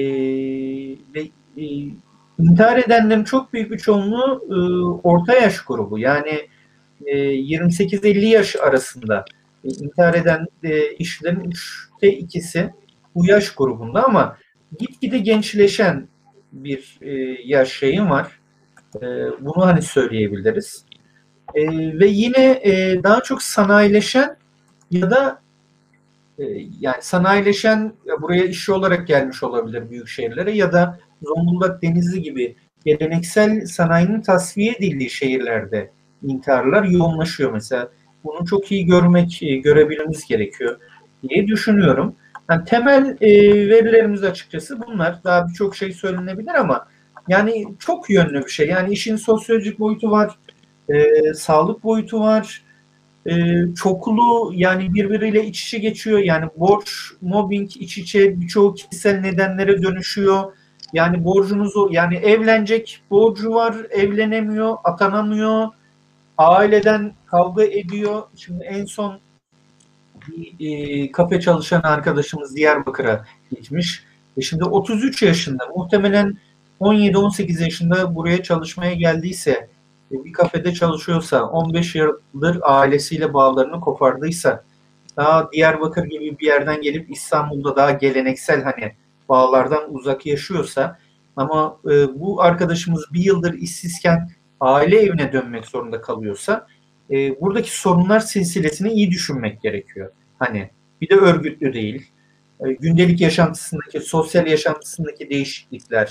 ve e, intihar edenlerin çok büyük bir çoğunluğu e, orta yaş grubu. Yani e, yirmi sekiz elli yaş arasında e, intihar eden e, işçilerin üçte ikisi bu yaş grubunda ama gitgide gençleşen bir e, yaş şeyim var. E, bunu hani söyleyebiliriz. E, ve yine e, daha çok sanayileşen ya da e, yani sanayileşen ya buraya işçi olarak gelmiş olabilir büyük şehirlere ya da Zonguldak, Denizli gibi geleneksel sanayinin tasfiye edildiği şehirlerde intiharlar yoğunlaşıyor mesela. Bunu çok iyi görmek, e, görebilmemiz gerekiyor diye düşünüyorum. Yani temel e, verilerimiz açıkçası bunlar. Daha birçok şey söylenebilir ama yani çok yönlü bir şey. Yani işin sosyolojik boyutu var, e, sağlık boyutu var, e, çoklu yani birbiriyle iç içe geçiyor. Yani borç, mobbing iç içe birçok kişisel nedenlere dönüşüyor. Yani borcunuz o, yani evlenecek borcu var, evlenemiyor, atanamıyor, aileden kavga ediyor. Şimdi en son bir e, kafe çalışan arkadaşımız Diyarbakır'a gitmiş. E şimdi otuz üç yaşında, muhtemelen on yedi on sekiz yaşında buraya çalışmaya geldiyse, e, bir kafede çalışıyorsa, on beş yıldır ailesiyle bağlarını kopardıysa, daha Diyarbakır gibi bir yerden gelip İstanbul'da daha geleneksel hani bağlardan uzak yaşıyorsa ama e, bu arkadaşımız bir yıldır işsizken aile evine dönmek zorunda kalıyorsa e, buradaki sorunlar silsilesini iyi düşünmek gerekiyor. Hani bir de örgütlü değil. E, gündelik yaşantısındaki, sosyal yaşantısındaki değişiklikler,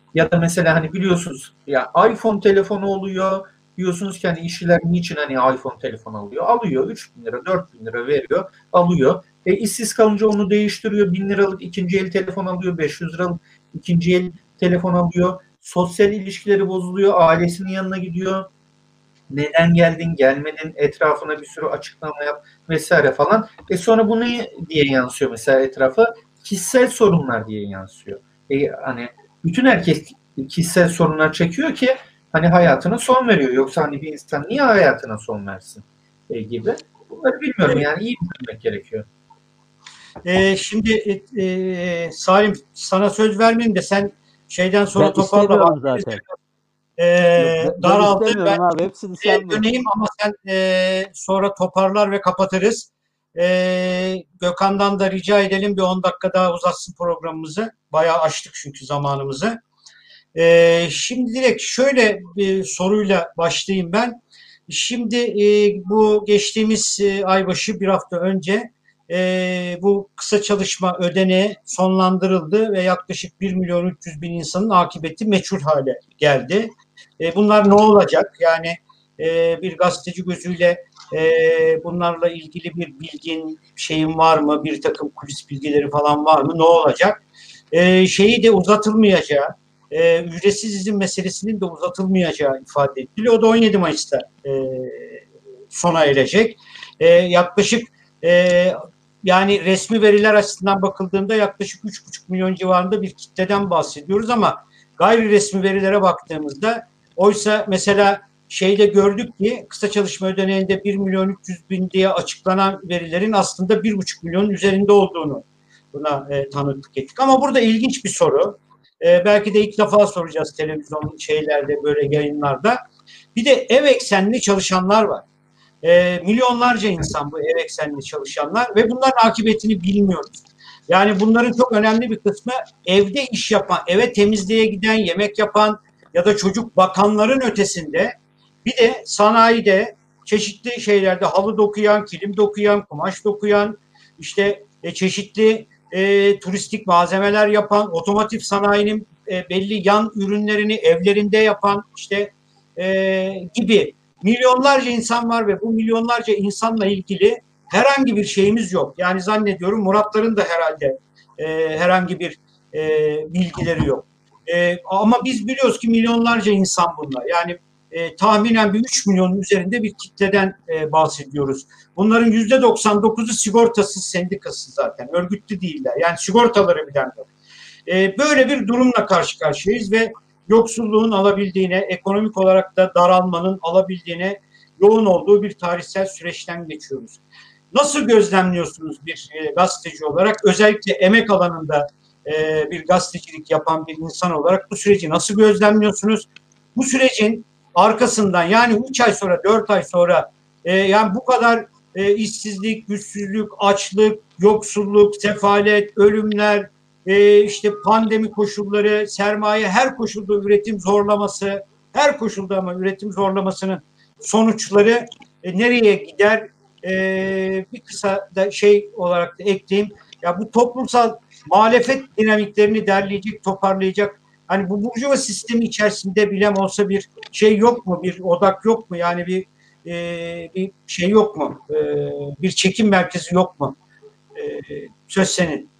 Ya da mesela hani biliyorsunuz ya iPhone telefonu oluyor. Diyorsunuz ki hani işçiler niçin hani iPhone telefon alıyor? Alıyor. üç bin lira, dört bin lira veriyor. Alıyor. E, işsiz kalınca onu değiştiriyor. bin liralık ikinci el telefon alıyor. beş yüz liralık ikinci el telefon alıyor. Sosyal ilişkileri bozuluyor. Ailesinin yanına gidiyor. Neden geldin, gelmedin, etrafına bir sürü açıklama yap vesaire falan. E sonra bu ne diye yansıyor mesela etrafa? Kişisel sorunlar diye yansıyor. E hani bütün herkes kişisel sorunlar çekiyor ki hani hayatına son veriyor. Yoksa hani bir insan niye hayatına son versin e, gibi. Bunları bilmiyorum yani iyi bilmek gerekiyor.
Ee, şimdi e, e, Salim sana söz vermeyeyim de sen şeyden sonra
Ben
toparla.
istemiyorum zaten.
Ee,
Yok, ben, ben
daraldı.
istemiyorum
Ben
abi. Hepsini sen ver.
döneyim ama sen e, sonra toparlar ve kapatırız. E, Gökhan'dan da rica edelim bir on dakika daha uzatsın programımızı. Bayağı açtık çünkü zamanımızı. E, şimdi direkt şöyle bir soruyla başlayayım ben. Şimdi e, bu geçtiğimiz e, aybaşı bir hafta önce e, bu kısa çalışma ödeneği sonlandırıldı ve yaklaşık bir milyon üç yüz bin insanın akıbeti meçhul hale geldi. E, bunlar ne olacak? Yani e, bir gazeteci gözüyle e, bunlarla ilgili bir bilgin şeyin var mı? Bir takım kulis bilgileri falan var mı? Ne olacak? E, şeyi de uzatılmayacağı, e, ücretsiz izin meselesinin de uzatılmayacağı ifade ediliyor. O da on yedi Mayıs'ta e, sona erecek. E, yaklaşık e, yani resmi veriler açısından bakıldığında yaklaşık üç buçuk milyon civarında bir kitleden bahsediyoruz ama gayri resmi verilere baktığımızda oysa mesela şeyde gördük ki kısa çalışma ödeneğinde bir milyon üç yüz bin diye açıklanan verilerin aslında bir buçuk milyonun üzerinde olduğunu buna e, tanıklık ettik. Ama burada ilginç bir soru. E, belki de ilk defa soracağız televizyon şeylerde böyle yayınlarda. Bir de ev eksenli çalışanlar var. E, milyonlarca insan bu ev eksenli çalışanlar ve bunların akıbetini bilmiyoruz. Yani bunların çok önemli bir kısmı evde iş yapan, eve temizliğe giden, yemek yapan ya da çocuk bakanların ötesinde bir de sanayide çeşitli şeylerde halı dokuyan, kilim dokuyan, kumaş dokuyan, işte e, çeşitli e, turistik malzemeler yapan, otomotiv sanayinin e, belli yan ürünlerini evlerinde yapan işte e, gibi milyonlarca insan var ve bu milyonlarca insanla ilgili herhangi bir şeyimiz yok. Yani zannediyorum Muratların da herhalde e, herhangi bir e, bilgileri yok. E, ama biz biliyoruz ki milyonlarca insan bunlar. Yani e, tahminen bir üç milyonun üzerinde bir kitleden e, bahsediyoruz. Bunların yüzde doksan dokuzu sigortasız, sendikasız zaten. Örgütlü değiller. Yani sigortaları bilen yok. E, böyle bir durumla karşı karşıyayız ve yoksulluğun alabildiğine, ekonomik olarak da daralmanın alabildiğine yoğun olduğu bir tarihsel süreçten geçiyoruz. Nasıl gözlemliyorsunuz bir e, gazeteci olarak, özellikle emek alanında e, bir gazetecilik yapan bir insan olarak bu süreci nasıl gözlemliyorsunuz? Bu sürecin arkasından yani üç ay sonra, dört ay sonra e, yani bu kadar e, işsizlik, güçsüzlük, açlık, yoksulluk, sefalet, ölümler, e, işte pandemi koşulları, sermaye her koşulda üretim zorlaması, her koşulda ama üretim zorlamasının sonuçları e, nereye gider? E, bir kısa da şey olarak da ekleyeyim. Ya bu toplumsal muhalefet dinamiklerini derleyecek, toparlayacak. Hani bu burjuva sistemi içerisinde bilem olsa bir şey yok mu? Bir odak yok mu? Yani bir e, bir şey yok mu? E, bir çekim merkezi yok mu? E, söz senin.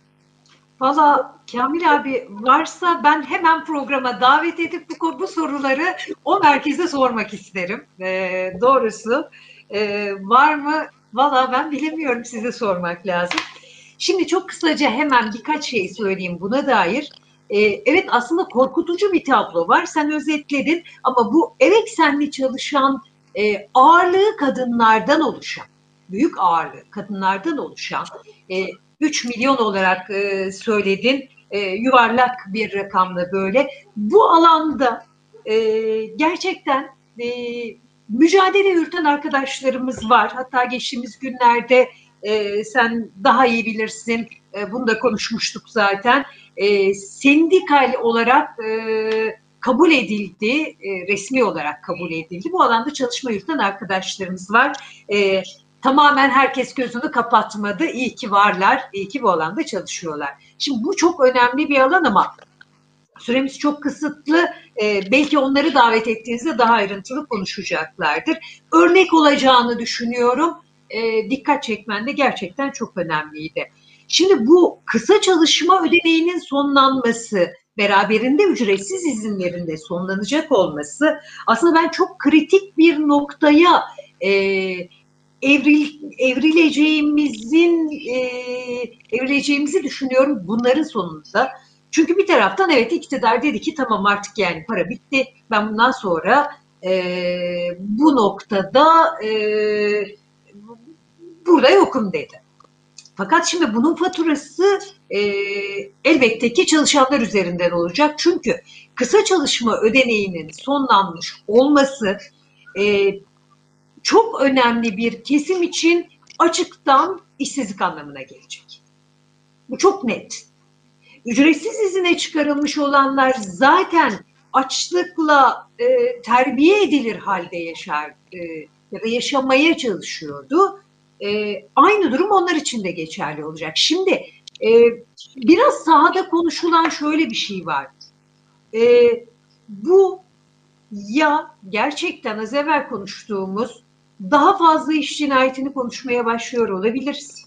Valla Kamil abi varsa ben hemen programa davet edip bu, bu soruları o merkeze sormak isterim. E, doğrusu e, var mı? Valla ben bilemiyorum, size sormak lazım. Şimdi çok kısaca hemen birkaç şey söyleyeyim buna dair. Ee, evet aslında korkutucu bir tablo var. Sen özetledin ama bu ev eksenli çalışan e, ağırlığı kadınlardan oluşan, büyük ağırlığı kadınlardan oluşan e, üç milyon olarak e, söyledin. E, yuvarlak bir rakamla böyle. Bu alanda e, gerçekten e, mücadele yürüten arkadaşlarımız var. Hatta geçtiğimiz günlerde e, sen daha iyi bilirsin, e, bunu da konuşmuştuk zaten. E, sendikal olarak e, kabul edildi, e, resmi olarak kabul edildi. Bu alanda çalışma yürüten arkadaşlarımız var. E, tamamen herkes gözünü kapatmadı. İyi ki varlar, iyi ki bu alanda çalışıyorlar. Şimdi bu çok önemli bir alan ama Süremiz çok kısıtlı. Ee, belki onları davet ettiğinizde daha ayrıntılı konuşacaklardır. Örnek olacağını düşünüyorum. Ee, dikkat çekmen de gerçekten çok önemliydi. Şimdi bu kısa çalışma ödeneğinin sonlanması, beraberinde ücretsiz izinlerin de sonlanacak olması aslında ben çok kritik bir noktaya e, evril, evrileceğimizin e, evrileceğimizi düşünüyorum bunların sonunda. Çünkü bir taraftan evet iktidar dedi ki tamam artık yani para bitti. Ben bundan sonra e, bu noktada e, burada yokum dedi. Fakat şimdi bunun faturası e, elbette ki çalışanlar üzerinden olacak. Çünkü kısa çalışma ödeneğinin sonlanmış olması e, çok önemli bir kesim için açıktan işsizlik anlamına gelecek. Bu çok net. Ücretsiz izine çıkarılmış olanlar zaten açlıkla e, terbiye edilir halde yaşar e, ya da yaşamaya çalışıyordu. E, aynı durum onlar için de geçerli olacak. Şimdi e, biraz sahada konuşulan şöyle bir şey var. E, bu ya gerçekten az evvel konuştuğumuz daha fazla iş cinayetini konuşmaya başlıyor olabiliriz.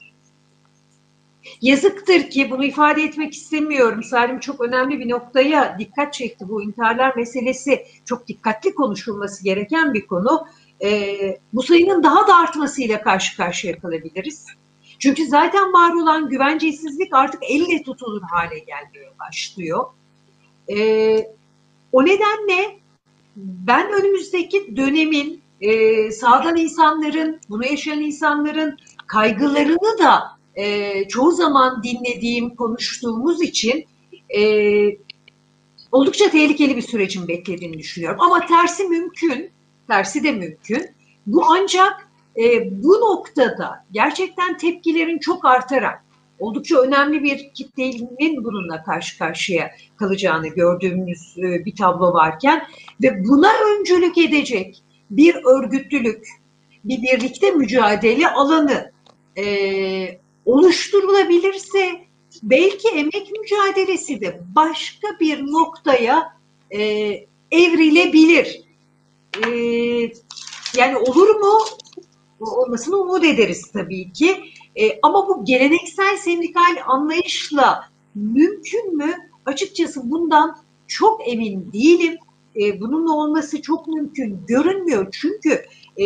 Yazıktır ki bunu ifade etmek istemiyorum. Salim çok önemli bir noktaya dikkat çekti. Bu intiharlar meselesi çok dikkatli konuşulması gereken bir konu. Ee, bu sayının daha da artmasıyla karşı karşıya kalabiliriz. Çünkü zaten var olan güvencesizlik artık elle tutulur hale gelmeye başlıyor. Ee, o nedenle ben önümüzdeki dönemin e, sağdan insanların, bunu yaşayan insanların kaygılarını da e, çoğu zaman dinlediğim, konuştuğumuz için e, oldukça tehlikeli bir sürecin beklediğini düşünüyorum. Ama tersi mümkün, tersi de mümkün. Bu ancak e, bu noktada gerçekten tepkilerin çok artarak oldukça önemli bir kitlenin bununla karşı karşıya kalacağını gördüğümüz e, bir tablo varken ve buna öncülük edecek bir örgütlülük, bir birlikte mücadele alanı e, oluşturulabilirse belki emek mücadelesi de başka bir noktaya e, evrilebilir. E, yani olur mu? Olmasını umut ederiz tabii ki. E, ama bu geleneksel sendikal anlayışla mümkün mü? Açıkçası bundan çok emin değilim. E, bununla olması çok mümkün görünmüyor. Çünkü e,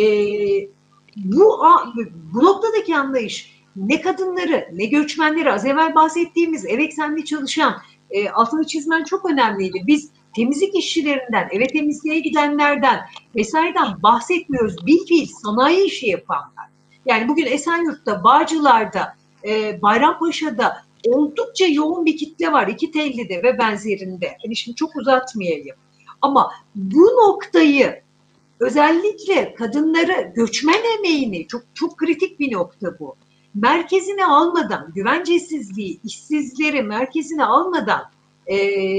bu bu noktadaki anlayış ne kadınları ne göçmenleri az evvel bahsettiğimiz ev eksenli çalışan e, altını çizmen çok önemliydi. Biz temizlik işçilerinden, eve temizliğe gidenlerden vesaireden bahsetmiyoruz. Bilfiil sanayi işi yapanlar. Yani bugün Esenyurt'ta, Bağcılar'da, e, Bayrampaşa'da oldukça yoğun bir kitle var. İki Telli'de ve benzerinde. Yani şimdi çok uzatmayayım. Ama bu noktayı özellikle kadınları, göçmen emeğini çok çok kritik bir nokta bu. Merkezine almadan, güvencesizliği, işsizleri merkezine almadan e,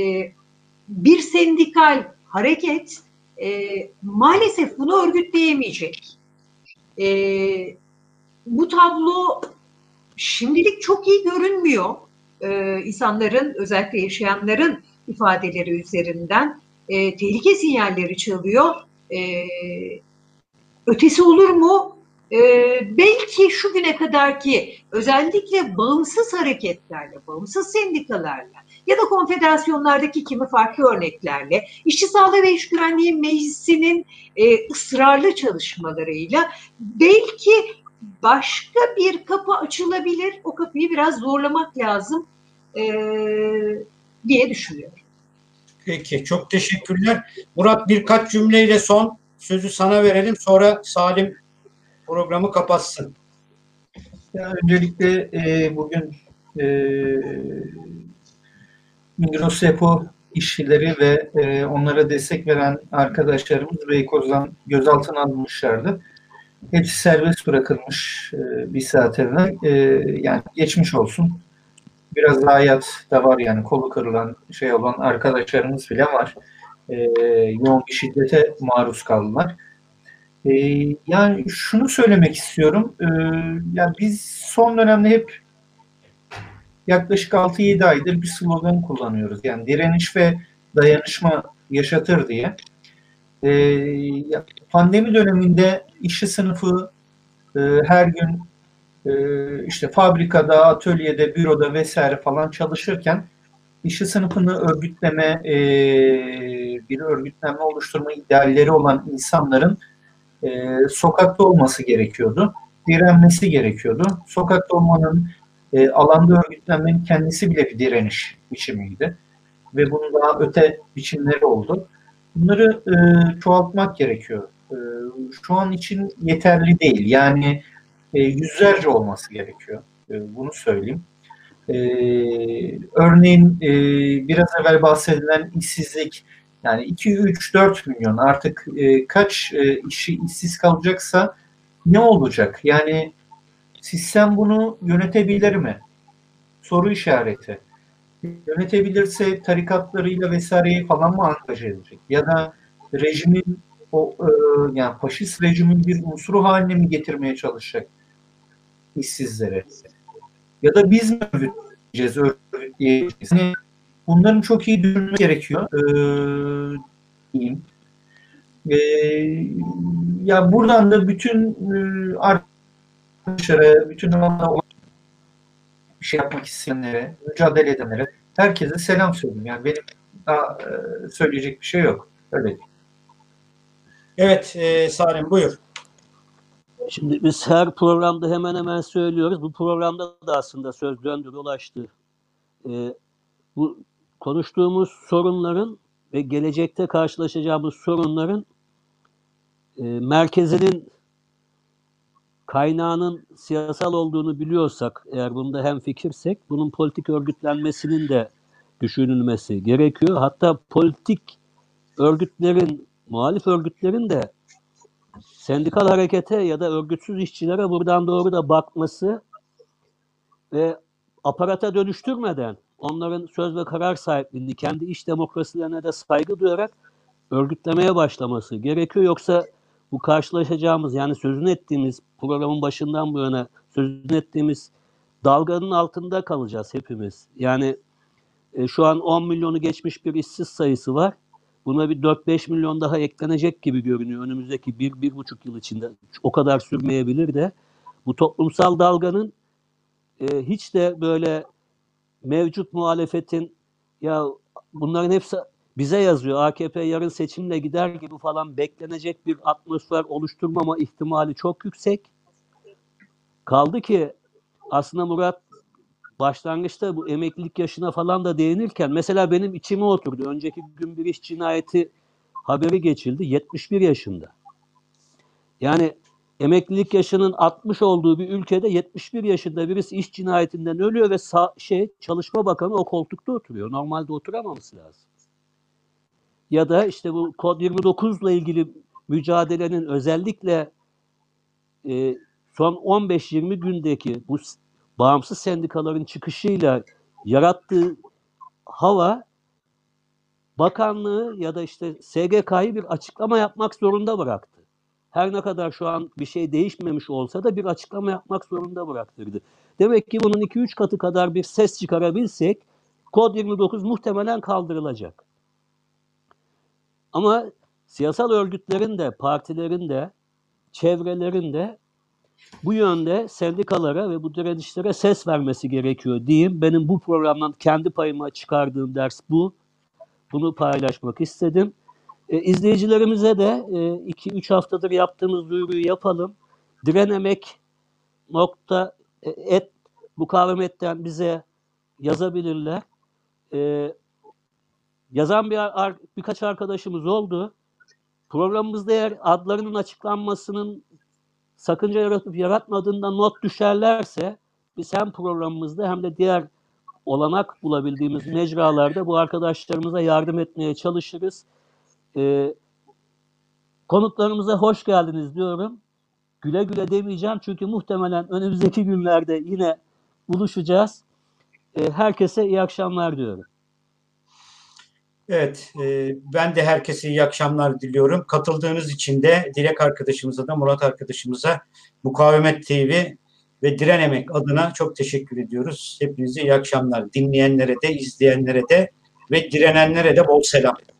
bir sendikal hareket e, maalesef bunu örgütleyemeyecek. E, bu tablo şimdilik çok iyi görünmüyor. E, insanların, özellikle yaşayanların ifadeleri üzerinden e, tehlike sinyalleri çalıyor. E, ötesi olur mu? E, belki şu güne kadar ki özellikle bağımsız hareketlerle, bağımsız sendikalarla ya da konfederasyonlardaki kimi farklı örneklerle İşçi Sağlığı ve İş Güvenliği Meclisi'nin e, ısrarlı çalışmalarıyla belki başka bir kapı açılabilir. O kapıyı biraz zorlamak lazım e, diye düşünüyorum.
Peki, çok teşekkürler. Murat, birkaç cümleyle son sözü sana verelim. Sonra Salim programı kapatsın.
Ya öncelikle e, bugün e, Migros Depo işçileri ve e, onlara destek veren arkadaşlarımız Beykoz'dan gözaltına alınmışlardı. Hepsi serbest bırakılmış e, bir saat evvel. E, yani geçmiş olsun. Biraz zayiat da var, yani kolu kırılan şey olan arkadaşlarımız bile var. E, yoğun bir şiddete maruz kaldılar. E, yani şunu söylemek istiyorum. E, yani biz son dönemde hep yaklaşık altı yedi aydır bir slogan kullanıyoruz. Yani direniş ve dayanışma yaşatır diye. E, pandemi döneminde işçi sınıfı e, her gün e, işte fabrikada, atölyede, büroda vesaire falan çalışırken işçi sınıfını örgütleme, e, bir örgütlenme oluşturma idealleri olan insanların e, sokakta olması gerekiyordu. Direnmesi gerekiyordu. Sokakta olmanın, e, alanda örgütlenmenin kendisi bile bir direniş biçimiydi. Ve bunun daha öte biçimleri oldu. Bunları e, çoğaltmak gerekiyor. E, şu an için yeterli değil. Yani e, yüzlerce olması gerekiyor. E, bunu söyleyeyim. E, örneğin e, biraz evvel bahsedilen işsizlik, yani iki, üç, dört milyon artık e, kaç e, işi işsiz kalacaksa ne olacak? Yani sistem bunu yönetebilir mi? Soru işareti. Yönetebilirse tarikatlarıyla vesaireyi falan mı angaje edecek? Ya da rejimin o e, yani faşist rejimin bir unsuru haline mi getirmeye çalışacak işsizleri? Ya da biz mi örgütleyeceğiz, örgütleyeceğiz? Yani bunların çok iyi düşünülmesi gerekiyor. Ee, diyeyim. Ee, ya buradan da bütün e, arkadaşlara, bütün alanda bir şey yapmak isteyenlere, mücadele edenlere herkese selam söyleyeyim. Yani benim daha e, söyleyecek bir şey yok. Öyle değil.
Evet, e, Salim buyur.
Şimdi biz her programda hemen hemen söylüyoruz. Bu programda da aslında söz döndü dolaştı. Ee, bu konuştuğumuz sorunların ve gelecekte karşılaşacağımız sorunların e, merkezinin kaynağının siyasal olduğunu biliyorsak, eğer bunda hemfikirsek, bunun politik örgütlenmesinin de düşünülmesi gerekiyor. Hatta politik örgütlerin, muhalif örgütlerin de sendikal harekete ya da örgütsüz işçilere buradan doğru da bakması ve aparata dönüştürmeden onların söz ve karar sahipliğini kendi iş demokrasilerine de saygı duyarak örgütlemeye başlaması gerekiyor. Yoksa bu karşılaşacağımız, yani sözünü ettiğimiz, programın başından bu yana sözünü ettiğimiz dalganın altında kalacağız hepimiz. Yani e, şu an on milyonu geçmiş bir işsiz sayısı var. Buna bir dört beş milyon daha eklenecek gibi görünüyor önümüzdeki bir, bir buçuk yıl içinde. O kadar sürmeyebilir de. Bu toplumsal dalganın e, hiç de böyle mevcut muhalefetin, ya bunların hepsi bize yazıyor, A K P yarın seçimle gider gibi falan beklenecek bir atmosfer oluşturmama ihtimali çok yüksek. Kaldı ki aslında Murat başlangıçta bu emeklilik yaşına falan da değinirken mesela benim içime oturdu. Önceki gün bir iş cinayeti haberi geçildi. yetmiş bir yaşında. Yani emeklilik yaşının altmış olduğu bir ülkede yetmiş bir yaşında birisi iş cinayetinden ölüyor ve sağ, şey Çalışma Bakanı o koltukta oturuyor. Normalde oturamaması lazım. Ya da işte bu Kod yirmi dokuzla ilgili mücadelenin özellikle e, son on beş yirmi gündeki bu bağımsız sendikaların çıkışıyla yarattığı hava, bakanlığı ya da işte S G K'yı bir açıklama yapmak zorunda bıraktı. Her ne kadar şu an bir şey değişmemiş olsa da bir açıklama yapmak zorunda bıraktırdı. Demek ki bunun iki üç katı kadar bir ses çıkarabilsek Kod yirmi dokuz muhtemelen kaldırılacak. Ama siyasal örgütlerin de, partilerin de, çevrelerin de bu yönde sendikalara ve bu direnişlere ses vermesi gerekiyor diyeyim. Benim bu programdan kendi payıma çıkardığım ders bu. Bunu paylaşmak istedim. E, izleyicilerimize de iki üç haftadır yaptığımız duyuruyu yapalım. direnemek nokta et mukavemetten bize yazabilirler. E, yazan bir ar, birkaç arkadaşımız oldu. Programımızda eğer adlarının açıklanmasının sakınca yaratıp yaratmadığından not düşerlerse biz hem programımızda hem de diğer olanak bulabildiğimiz mecralarda bu arkadaşlarımıza yardım etmeye çalışırız. Ee, konuklarımıza hoş geldiniz diyorum. Güle güle demeyeceğim çünkü muhtemelen önümüzdeki günlerde yine buluşacağız. Ee, herkese iyi akşamlar diyorum.
Evet, e, ben de herkese iyi akşamlar diliyorum. Katıldığınız için de Dilek arkadaşımıza da Murat arkadaşımıza Mukavemet T V ve Direnemek adına çok teşekkür ediyoruz. Hepinize iyi akşamlar. Dinleyenlere de, izleyenlere de ve direnenlere de bol selam.